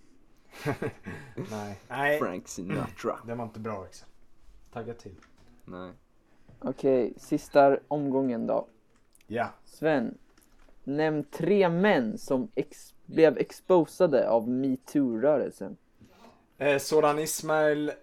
Nej. Frank Sinatra. Det var inte bra också. Tagga till. Nej. Okej, sista omgången då. Ja. Sven, nämn 3 män som blev exposade av MeToo-rörelsen. Soran Ismail.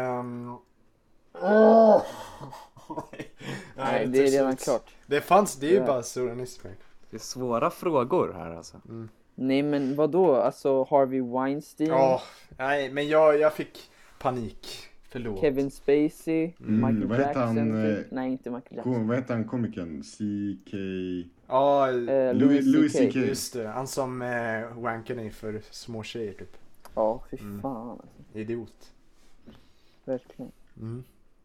Nej, det är redan klart. Det fanns, det är ju Ja. bara Soran Ismail. Det är svåra frågor här alltså. Nej, men vadå? Alltså Harvey Weinstein? Ja, nej, men jag fick panik. Förlåt. Kevin Spacey, Michael vad heter Jackson. han, Nej, inte Michael Jackson. Vad heter han komikern? C.K. Ja, Louis C.K. just det. Han som wankar ner för små tjejer typ. Ja, fy fan alltså. Idiot. Verkligen. Mm.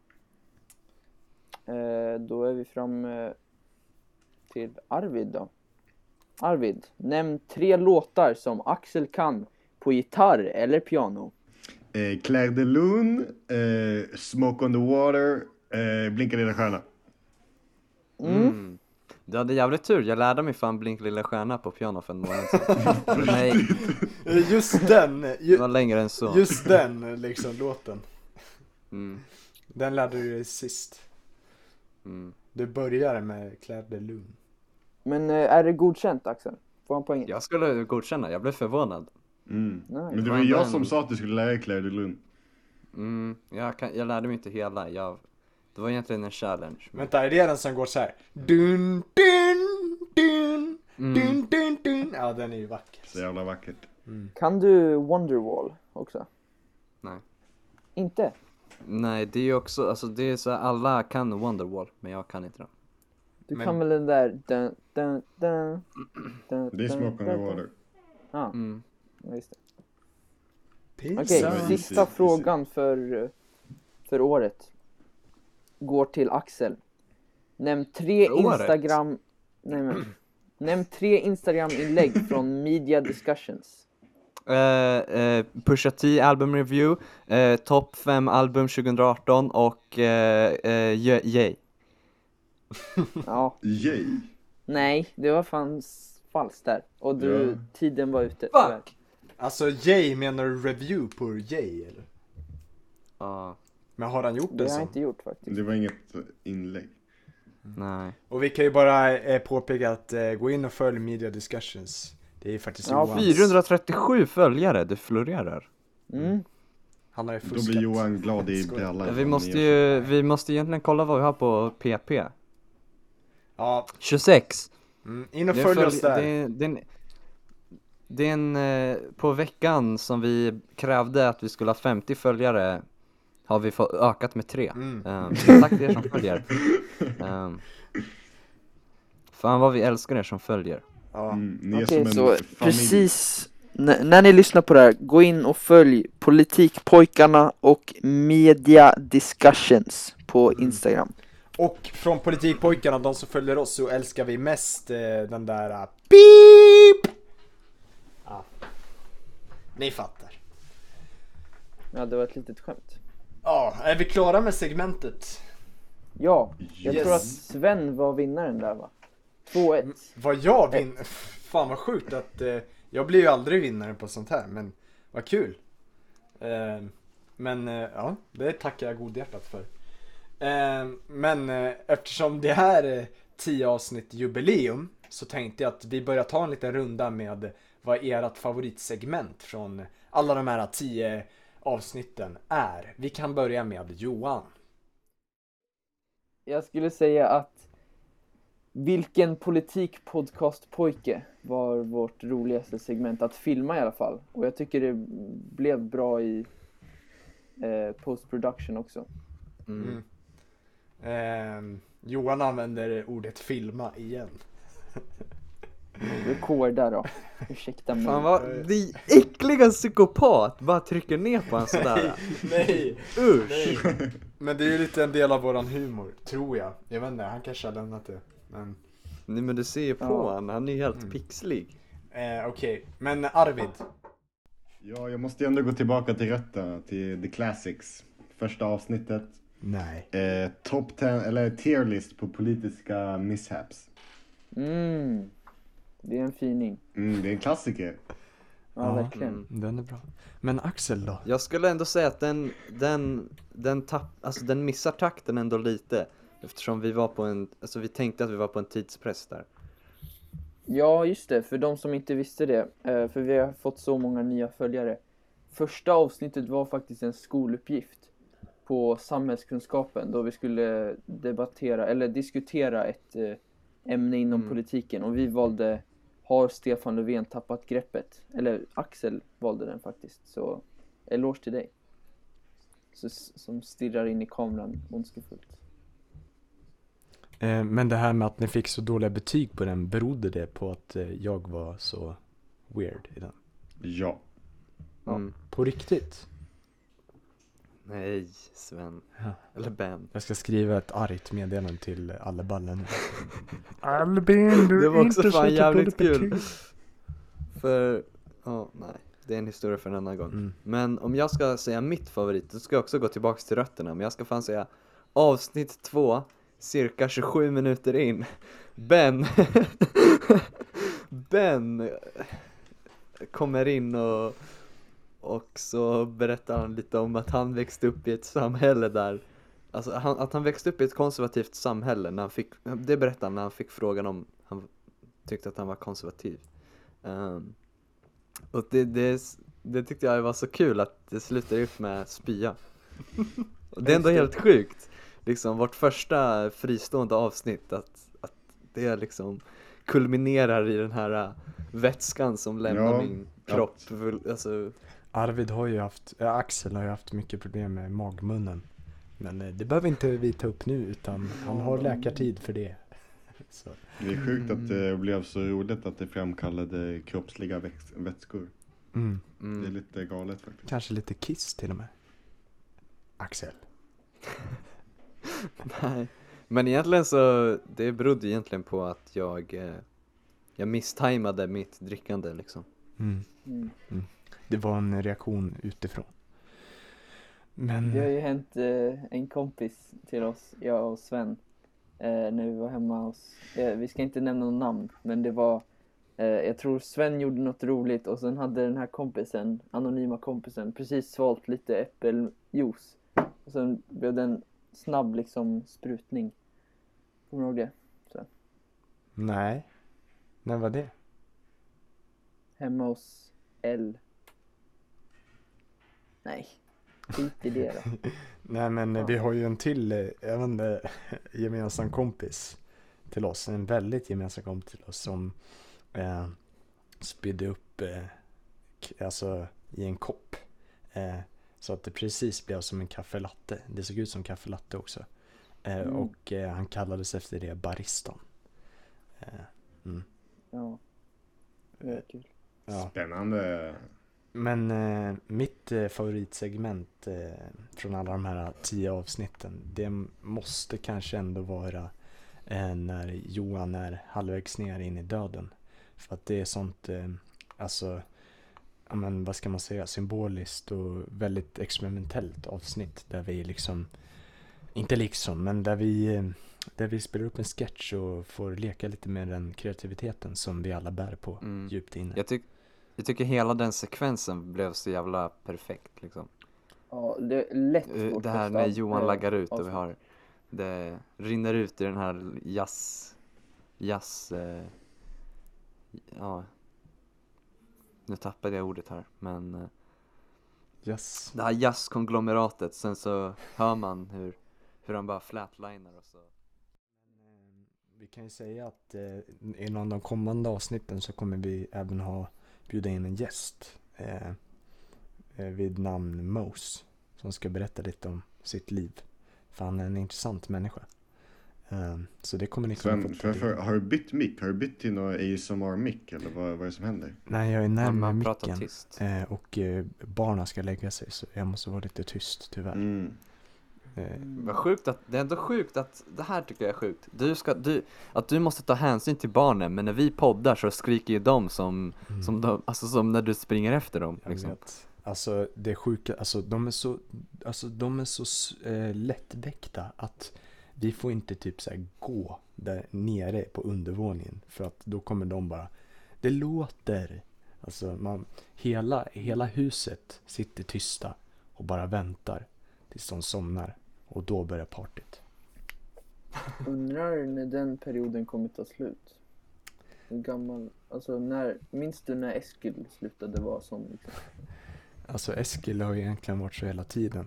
Då är vi fram till Arvid då. Arvid, nämn 3 låtar som Axel kan på gitarr eller piano. Claire de Lune, Smoke on the Water, Blinka lilla stjärna. Du hade jävligt tur, jag lärde mig fan Blink lilla stjärna på piano för en månad sedan. Nej, Just den. det var längre än så. Just den liksom låten. Mm. Den lärde du dig sist. Du började med Claire de Lune. Men är det godkänt, Axel? Får han poäng? Jag skulle godkänna, jag blev förvånad. Men det var jag som sa att du skulle lära dig Claire de Lune. Jag lärde mig inte hela. Det var egentligen en challenge. Vänta, är det den som går så här? Dun, dun, dun, dun, dun, dun. Ja, den är ju vacker. Så jävla vackert. Kan du Wonderwall också? Nej. Inte? Nej, det är ju också, alltså det är så här, alla kan Wonderwall, men jag kan inte den. Du kan väl den där... Dun, dun, dun, dun, Det är Smoke on the Water. Ja, just det. Okej, sista frågan för året går till Axel. Nämn 3 Instagram... Nej, men... Nämn 3 Instagram-inlägg från Media Discussions. Pusha T album review, Top 5 album 2018 och Yay. Ja. Yay. Nej, det var fan falskt där. Och tiden var ute. Fuck! Alltså Jay, menar du review på Jay eller? Ja. Men har han gjort Det det har så? jag inte gjort faktiskt. Det var inget inlägg. Nej. Och vi kan ju bara påpeka att gå in och följ Media Discussions. Det är faktiskt Johans. 437 följare, det florerar. Han har ju Då fuskat. blir Johan glad i brallan. Vi måste egentligen kolla vad vi har på PP. Ja. 26. In och följ oss där. Det är en på veckan som vi krävde att vi skulle ha 50 följare, har vi fått ökat med 3. Tack till er som följer. Fan vad vi älskar er som följer. Ja. Okej, så precis när ni lyssnar på det här, gå in och följ Politikpojkarna och Media Discussions på Instagram. Och från Politikpojkarna, de som följer oss, så älskar vi mest den där beep. Ja. Ni fattar. Ja, det var ett litet skämt. Ja, är vi klara med segmentet? Ja, jag tror att Sven var vinnaren där, va? 2-1. Vad jag vinner? Fan vad sjukt att jag blir ju aldrig vinnare på sånt här, men vad kul. Men ja, det tackar jag godhjärtat för. Men eftersom det här är 10 avsnitt jubileum, så tänkte jag att vi börjar ta en liten runda med vad ert favoritsegment från alla de här 10 avsnitten är. Vi kan börja med Johan. Jag skulle säga att vilken politikpodcastpojke var vårt roligaste segment att filma i alla fall. Och jag tycker det blev bra i post-production också. Johan använder ordet filma igen. Rekorda då. Ursäkta mig. Fan vad det äckliga psykopat bara trycker ner på en sådär. Nej. Usch. Nej. Men det är ju lite en del av våran humor, tror jag. Jag vet inte, han kanske har lämnat det. Men... Nej, men du ser ju på han är helt pixlig. Okej, men Arvid. Ja, jag måste ändå gå tillbaka till rötterna, till The Classics. Första avsnittet. Nej. Top 10, eller tier list på politiska mishaps. Det är en fining. Det är en klassiker. Ja, verkligen. Den är bra. Men Axel då? Jag skulle ändå säga att den missar takten ändå lite. Eftersom vi var på vi tänkte att vi var på en tidspress där. Ja, just det. För de som inte visste det. För vi har fått så många nya följare. Första avsnittet var faktiskt en skoluppgift på samhällskunskapen. Då vi skulle diskutera ett ämne inom politiken. Och vi valde Har Stefan Löfven tappat greppet? Eller Axel valde den faktiskt. Så eloge till dig. som stirrar in i kameran ondskefullt. Men det här med att ni fick så dåliga betyg på den, berodde det på att jag var så weird i den? Ja. På riktigt? Nej, Sven. Ja. Eller Ben. Jag ska skriva ett argt meddelande till Albin nu. Albin, du Det var är också inte fan så jävligt dålig kul. betyg. För, nej. Det är en historia för en annan gång. Men om jag ska säga mitt favorit, då ska jag också gå tillbaka till rötterna. Men jag ska fan säga avsnitt 2, cirka 27 minuter in. Ben kommer in och så berättar han lite om att han växte upp i ett samhälle där, alltså att han växte upp i ett konservativt samhälle när det berättade han när han fick frågan om han tyckte att han var konservativ. Och det tyckte jag var så kul att det slutade upp med spya. Och det är ändå helt sjukt. Liksom vårt första fristående avsnitt att det liksom kulminerar i den här vätskan som lämnar min kropp. Alltså... Arvid har ju Axel har ju haft mycket problem med magmunnen. Men det behöver inte vi ta upp nu, utan han har läkartid för det. Så. Det är sjukt att det blev så roligt att det framkallade kroppsliga vätskor. Det är lite galet faktiskt. Kanske lite kiss till och med. Axel. Nej, men egentligen så det berodde egentligen på att jag misstajmade mitt drickande liksom. Det var en reaktion utifrån. Men det har ju hänt en kompis till oss, jag och Sven, när vi var hemma hos, vi ska inte nämna någon namn, men det var jag tror Sven gjorde något roligt och sen hade den här anonyma kompisen precis svalt lite äppeljuice och sen blev det en snabb liksom sprutning. Kommer du ihåg det? Så. Nej. När var det? Hemma hos L. Nej, skit i det då. Nej, men vi har ju en till gemensam kompis till oss. En väldigt gemensam kompis till oss som spydde upp alltså i en kopp. Så att det precis blev som en kaffelatte. Det såg ut som kaffelatte också. Och han kallades efter det baristan. Ja, det är kul. Ja. Spännande. Men mitt favoritsegment från alla de här 10 avsnitten, det måste kanske ändå vara när Johan är halvvägs ner in i döden. För att det är sånt, alltså, men vad ska man säga, symboliskt och väldigt experimentellt avsnitt där vi liksom, inte liksom, men där vi spelar upp en sketch och får leka lite med den kreativiteten som vi alla bär på djupt inne. Jag tycker hela den sekvensen blev så jävla perfekt liksom. Ja, det är lätt. Det här när Johan laggar ut och vi har det rinner ut i den här ja. Nu tappade jag ordet här, men yes. Det här jazzkonglomeratet, sen så hör man hur han bara flatliner och så. Vi kan ju säga att inom de kommande avsnitten så kommer vi även bjuda in en gäst vid namn Mose som ska berätta lite om sitt liv. För han är en intressant människa. Så det kommer ni kunna få. Har du bytt mick? Har du bytt till någon ASMR-mick? Eller vad är det som händer? Nej, jag är närmare micken. Och barnen ska lägga sig, så jag måste vara lite tyst tyvärr. Vad sjukt att, det är ändå sjukt att, det här tycker jag är sjukt. Att du måste ta hänsyn till barnen, men när vi poddar så skriker ju de som när du springer efter dem liksom. Alltså det är sjuka, de är så lättväckta att vi får inte typ så här gå där nere på undervåningen, för att då kommer de bara, det låter, alltså hela huset sitter tysta och bara väntar tills de somnar, och då börjar partyt. Undrar när den perioden kommer ta slut. Hur gammal, minns du när Eskil slutade vara sån liksom? Alltså Eskil har ju egentligen varit så hela tiden.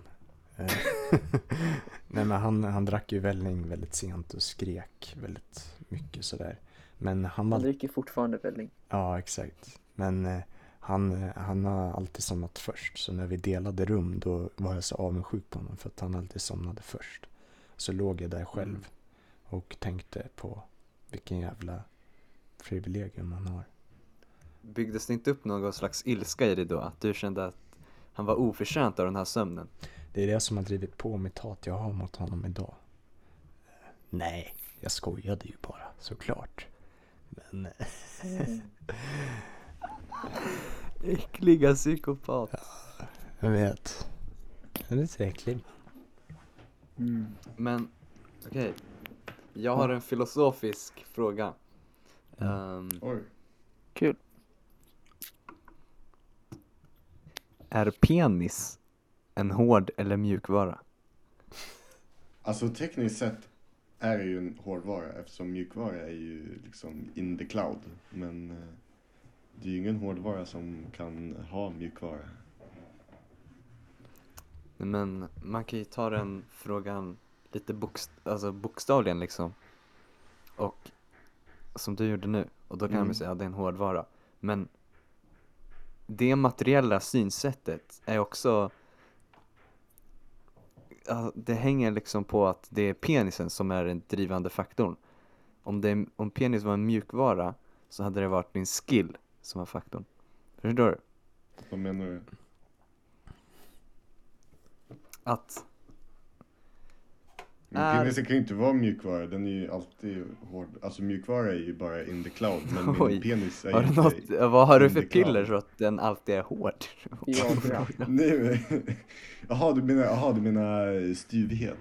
Nej, men han drack ju välling väldigt sent och skrek väldigt mycket sådär. Men han dricker fortfarande välling. Ja, exakt. Men Han har alltid somnat först. Så när vi delade rum då var jag så avundsjuk på honom för att han alltid somnade först. Så låg jag där själv och tänkte på vilken jävla privilegium han har. Byggdes det inte upp någon slags ilska i dig då? Att du kände att han var oförtjänt av den här sömnen? Det är det som har drivit på mitt hat jag har mot honom idag. Nej, jag skojade ju bara, såklart. Men... Äckliga psykopat. Ja, jag vet. Han är så äcklig. Men, okej. Jag har en filosofisk fråga. Oj. Kul. Är penis en hård eller mjukvara? Alltså tekniskt sett är det ju en hårdvara eftersom mjukvara är ju liksom in the cloud. Men det är ju ingen hårdvara som kan ha mjukvara. Men man kan ju ta den frågan lite bokstavligen liksom. Och som du gjorde nu. Och då kan man säga att det är en hårdvara. Men det materiella synsättet är också... det hänger liksom på att det är penisen som är den drivande faktorn. Om penis var en mjukvara så hade det varit din skill som var faktorn. Förstår du? Vad menar du? Att... Men penisen kan ju inte vara mjukvara, den är ju alltid hård. Alltså mjukvara är ju bara in the cloud, men min penis är ju inte vad har du för piller så att den alltid är hård? Ja, bra. Nej, men... Jaha, du menar styvhet.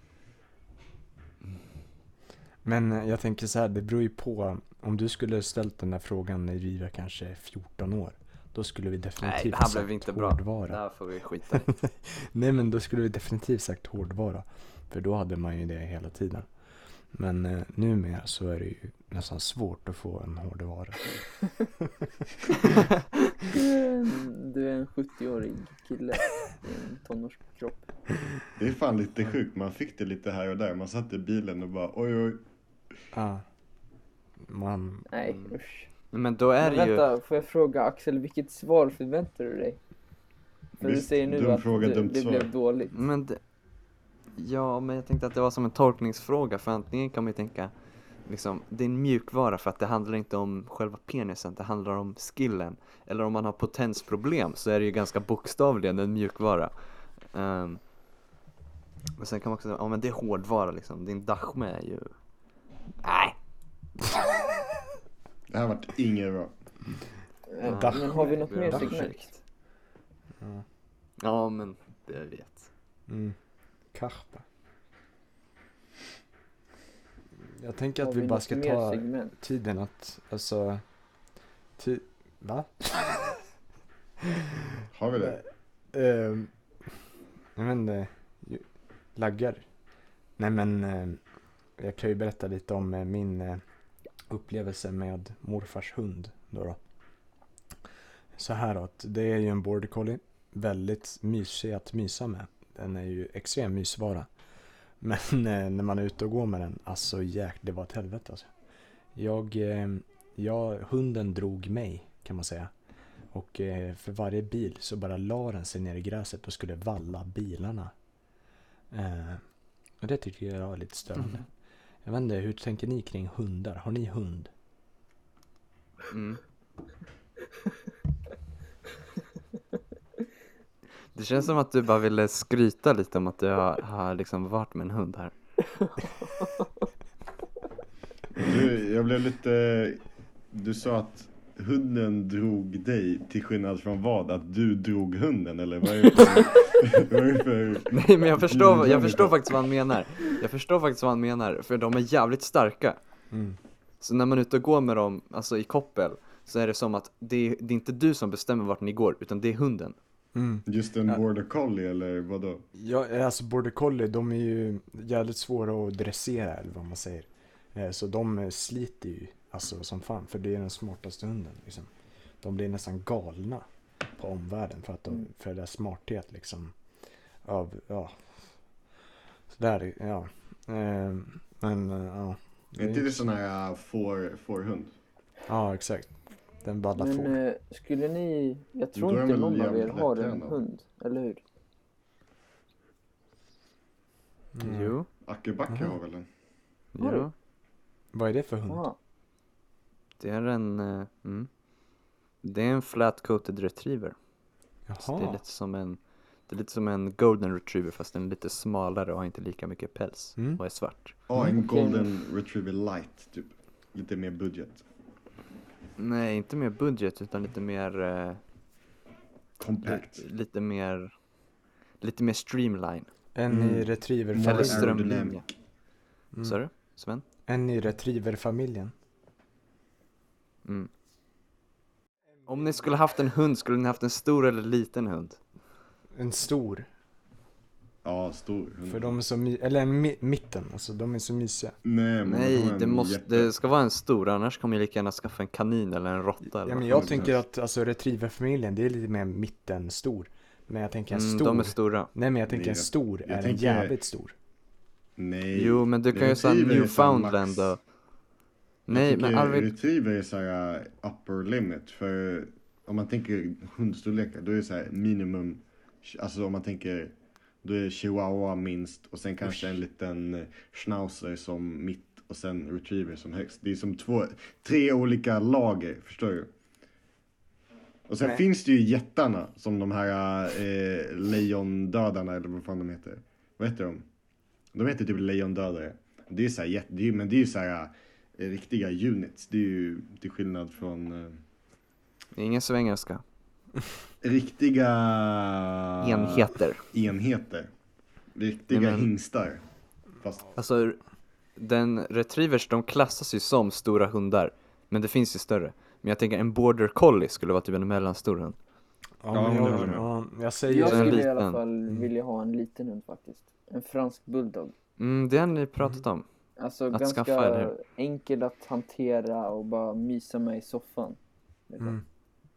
Men jag tänker så här, det beror ju på. Om du skulle ställt den där frågan när vi var kanske 14 år, då skulle vi definitivt det här blev inte hårdvara. Bra. Det här får vi skita i. Nej, men då skulle vi definitivt sagt hårdvara. För då hade man ju det hela tiden. Men numera så är det ju nästan svårt att få en hårdvara. Du är en 70-årig kille i en tonårskropp. Det är fan lite sjukt, man fick det lite här och där. Man satt i bilen och bara oj. Ja. Man... Nej, usch. Men då är det ju... Vänta, får jag fråga Axel, vilket svar förväntar du dig? För Visst, du säger nu att det blev dåligt. Men men jag tänkte att det var som en tolkningsfråga. För antingen kan man ju tänka liksom, det är en mjukvara för att det handlar inte om själva penisen, det handlar om skillen. Eller om man har potensproblem så är det ju ganska bokstavligen en mjukvara. Och sen kan man också säga, men det är hårdvara liksom. Din dachme är ju... Nej! Det här varit inget bra. Men har vi något mer segment? Ja, men det jag vet. Karpa. Jag tänker att vi bara ska ta segment? Tiden att, alltså... Va? Har vi det? Jag vet inte. Laggar. Nej, men jag kan ju berätta lite om min upplevelse med morfars hund då. Så här då, att det är ju en border collie. Väldigt mysig att mysa med. Den är ju extrem mysvara. Men när man är ute och går med den, alltså det var ett helvete alltså. Hunden drog mig, kan man säga. Och för varje bil så bara la den sig ner i gräset och skulle valla bilarna. Och det tycker jag är lite störande. Jag vet inte, hur tänker ni kring hundar? Har ni hund? Det känns som att du bara ville skryta lite om att du har liksom varit med en hund här. Jag blev lite... Du sa att hunden drog dig till skillnad från vad? Att du drog hunden, eller vad är det för... Nej, men jag förstår faktiskt vad han menar. Jag förstår faktiskt vad han menar, för de är jävligt starka. Så när man är ute och går med dem, alltså i koppel, så är det som att det är inte du som bestämmer vart ni går, utan det är hunden. Just en border collie, eller vadå? Ja, alltså border collie, de är ju jävligt svåra att dressera, eller vad man säger. Så de sliter ju alltså som fan, för det är den smartaste hunden liksom. De blir nästan galna på omvärlden för deras smarthet liksom. Så där, ja. Men ja. Är inte det sån här fårhund? Ja, exakt. Den bara Men får. skulle ni... Jag Då tror är inte väl någon av er jävligt har en lättränad. hund, eller hur? Jo, Ackerbacke har väl en? Har du? jo. Vad är det för hund? Jaha. Det är det är en flat-coated retriever. Så det är Jaha. lite som en golden retriever fast den är lite smalare och har inte lika mycket päls Mm. och är svart. Ja, en Okej. golden retriever light typ. Lite mer budget. Nej, inte mer budget utan lite mer Compact. lite mer streamline. En Mm. i More retrieverfamiljen. Eller ström- aerodynamic. Mm. Sa du, Sven? En i retrieverfamiljen. Mm. Om ni skulle haft en hund, skulle ni haft en stor eller liten hund? En stor. Ja, stor. För de är så eller mitten, alltså de är så mysiga. Nej, men Nej, de har en det ska vara en stor, annars kommer jag lika gärna skaffa en kanin eller en råtta eller Ja, vad men fan jag som tänker helst. att alltså retrieverfamiljen, det är lite mer mitten stor. Men jag tänker en stor. De är stora. Nej, men jag tänker Nej, en stor jag är en tänker- jävligt stor. Nej. Jo, men du kan ju säga Retriever är så här Newfoundland max. och... Nej, men Arvid... Retriever är så här upper limit. För om man tänker hundstorlekar, då är det så här minimum. Alltså om man tänker, då är chihuahua minst. Och sen kanske en liten schnauzer som mitt. Och sen retriever som högst. Det är som 3 olika lager, förstår du? Och sen Nej. finns det ju jättarna. Som de här lejondödarna, eller vad fan de heter. Vad heter de? De heter typ lejondödare. Det är så här, men det är ju så här riktiga units. Det är ju till skillnad från Ingen svengelska. riktiga Enheter. enheter. Riktiga Nej, men- hingstar. Fast Alltså, retrievers, de klassas ju som stora hundar. Men det finns ju större. Men jag tänker en border collie skulle vara typ en mellanstor hund. Ja, Ja, men men det jag, håller jag med. ja, jag säger Jag Så en skulle i alla liten. fall vilja ha en liten hund faktiskt. En fransk bulldog. Det har ni pratat om. Alltså Att ganska skaffa, eller hur? enkel att hantera och bara mysa med i soffan. Liksom. Mm.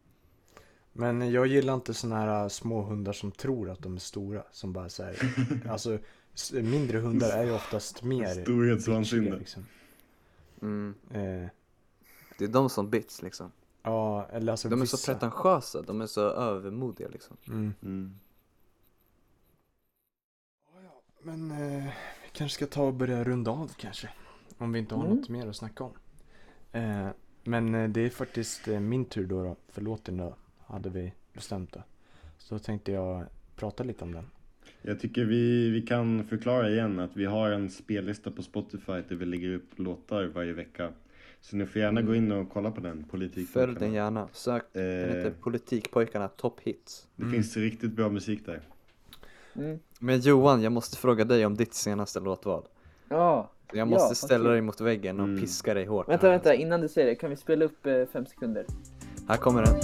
Men jag gillar inte såna här små hundar som tror att de är stora. Som bara så här, alltså mindre hundar är ju oftast mer storhetsvansinne. bitchiga, liksom. Det är de som bits liksom. Ja, eller alltså De är vissa. så pretentiösa, de är så övermodiga liksom. Mm. Men vi kanske ska ta och börja runda av kanske. Om vi inte har något mer att snacka om. Men det är faktiskt min tur då. Förlåt nu, hade vi bestämt det. Så då tänkte jag prata lite om den. Jag tycker vi kan förklara igen att vi har en spellista på Spotify där vi lägger upp låtar varje vecka. Så ni får gärna gå in och kolla på den. Följ den gärna. Sök, den heter Politikpojkarna Top Hits. Det finns riktigt bra musik där. Mm. Men Johan, jag måste fråga dig om ditt senaste låtval. Ja. Jag måste Ja, ställa okej. dig mot väggen och piska dig hårt. Vänta, innan du säger det, kan vi spela upp 5 sekunder? Här kommer den.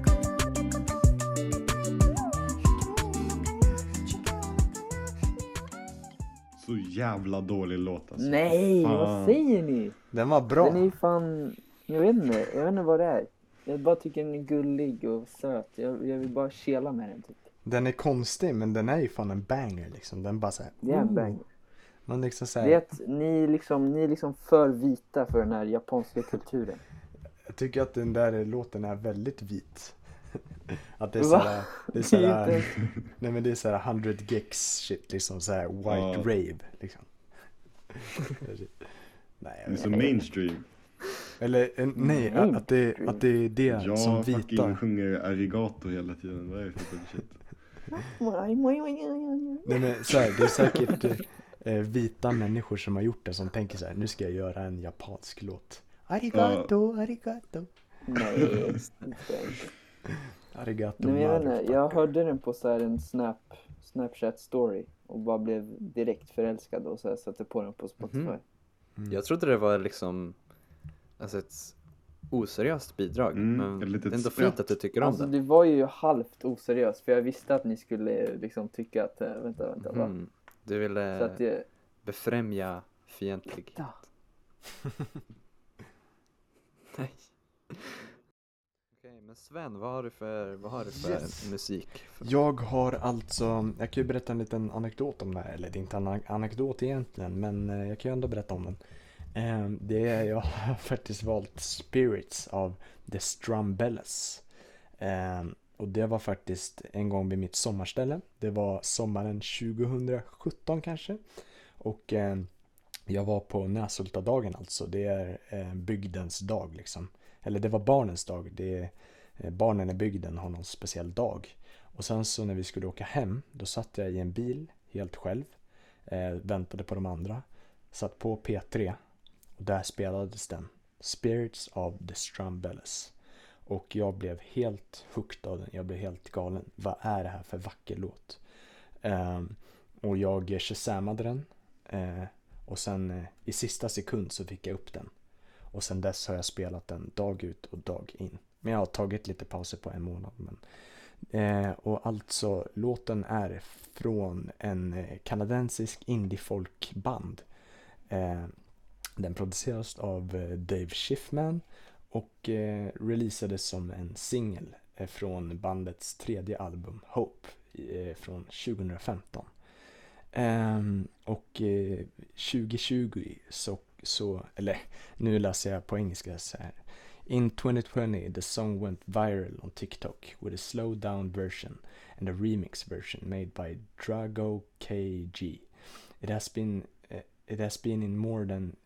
Så jävla dålig låt alltså. Nej, Fan. vad säger ni? Den var bra. Den är fan, jag vet inte vad det är. Jag bara tycker den är gullig och söt. Jag vill bara kela med den typ. Den är konstig, men den är ju fan en banger liksom. Den bara såhär. Det är en bang. Man liksom Det såhär. är att ni är liksom för vita för den här japanska kulturen. Jag tycker att den där låten är väldigt vit. Att det är Va? såhär. Det är såhär. Det är inte- Nej, men det är såhär 100 gex shit liksom. Såhär white Ja. rave liksom. Nej, jag Det är vet så inte. mainstream. Eller nej, att det är det som Jag fucking vita. sjunger arigato hela tiden. Vad är det för bullshit? Nej, men såhär, det är säkert vita människor som har gjort det som tänker såhär, nu ska jag göra en japansk låt. Arigato, arigato. Nej, det är inte. Arigato. Nej, men jag vet inte, jag motherfucker. hörde den på så här en Snapchat story och bara blev direkt förälskad och så här satte på den på Spotify. Mhm. Jag trodde det var liksom alltså ett oseriöst bidrag. Men ett det litet är ändå spratt. fint att du tycker om Alltså det. det var ju halvt oseriöst för jag visste att ni skulle liksom tycka att vänta va? Du ville Så att jag, befrämja fientlighet. Ja. Nej. Okej, men Sven, vad har du för Yes. musik? Jag har alltså, jag kan ju berätta en liten anekdot om det här, eller det är inte en anekdot egentligen, men jag kan ju ändå berätta om den. Jag har faktiskt valt Spirits av The Strumbellas. Och det var faktiskt en gång vid mitt sommarställe. Det var sommaren 2017 kanske. Och jag var på Näsultadagen alltså. Det är bygdens dag liksom. Eller det var barnens dag. Barnen i bygden har någon speciell dag. Och sen så när vi skulle åka hem, då satt jag i en bil helt själv. Väntade på de andra. Satt på P3. Och där spelades den. Spirits of the Strumbellas. Och jag blev helt hooked av den. Jag blev helt galen. Vad är det här för vacker låt? Och jag shazamade den. Och sen i sista sekund så fick jag upp den. Och sen dess har jag spelat den dag ut och dag in. Men jag har tagit lite pauser på en månad. Och alltså låten är från en kanadensisk indie-folkband. Den produceras av Dave Schiffman och releasades som en singel från bandets tredje album Hope från 2015. Och 2020 så eller nu läser jag på engelska så här. In 2020 the song went viral on TikTok with a slowed down version and a remix version made by Drago KG. It has been in more than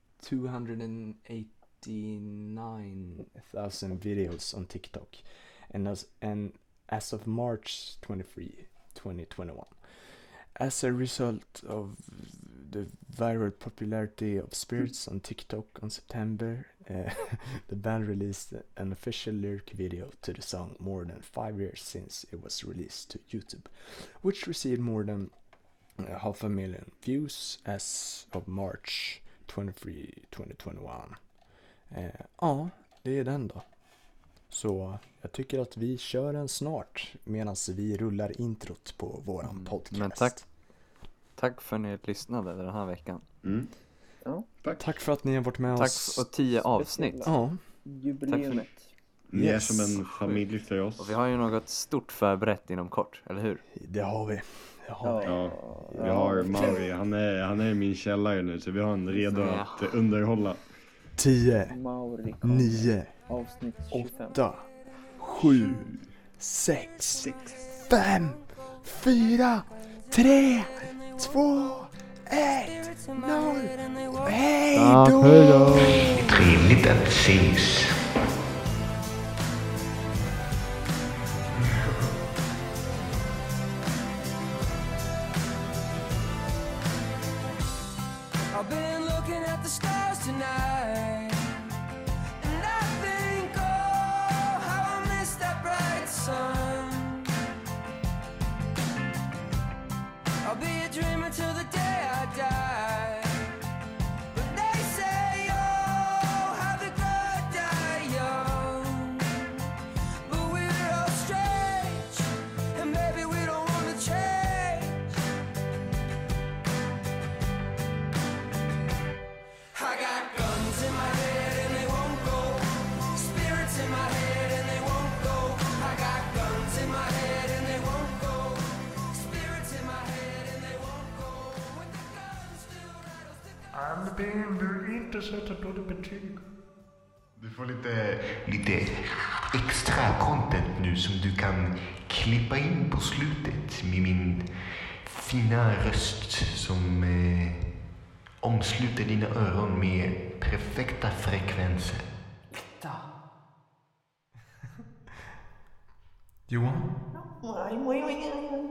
289,000 videos on TikTok and as of March 23, 2021. As a result of the viral popularity of Spirits on TikTok on September, the band released an official lyric video to the song more than 5 years since it was released to YouTube, which received more than 500,000 views as of March 23, 2021. Ja, det är den då. Så jag tycker att vi kör den snart medan vi rullar introt på våran podcast. Men tack för att ni lyssnade den här veckan. Ja. Tack för att ni har varit med oss. Tack och 10 avsnitt. Ja. Jubileumet. Ni är som en familj för oss. Och vi har ju något stort förberett inom kort, eller hur? Det har vi. Ja, vi har Mauri. Han är i min källare nu, så vi har en redo att underhålla. 10, Mauri 9, avsnitt 25. 8, 7, 6, 5, 4, 3, 2, 1, 0. Hej då! Trevligt att ses. I've been looking at the stars tonight, and I think, oh, how I miss that bright sun. I'll be a dreamer till the day I die, but they say, oh, how the good die young. But we're all strange, and maybe we don't want to change. I got guns in my head and they won't go. Spirits in my head and they won't go. I got guns in my head and they won't go. Spirits in my head and they won't go. When the gun still rattles the Albin, du inte sätta dåligt betyg. Du får lite extra content nu som du kan klippa in på slutet med min fina röst som omsluter dina öron med perfekta frekvenser. Johan?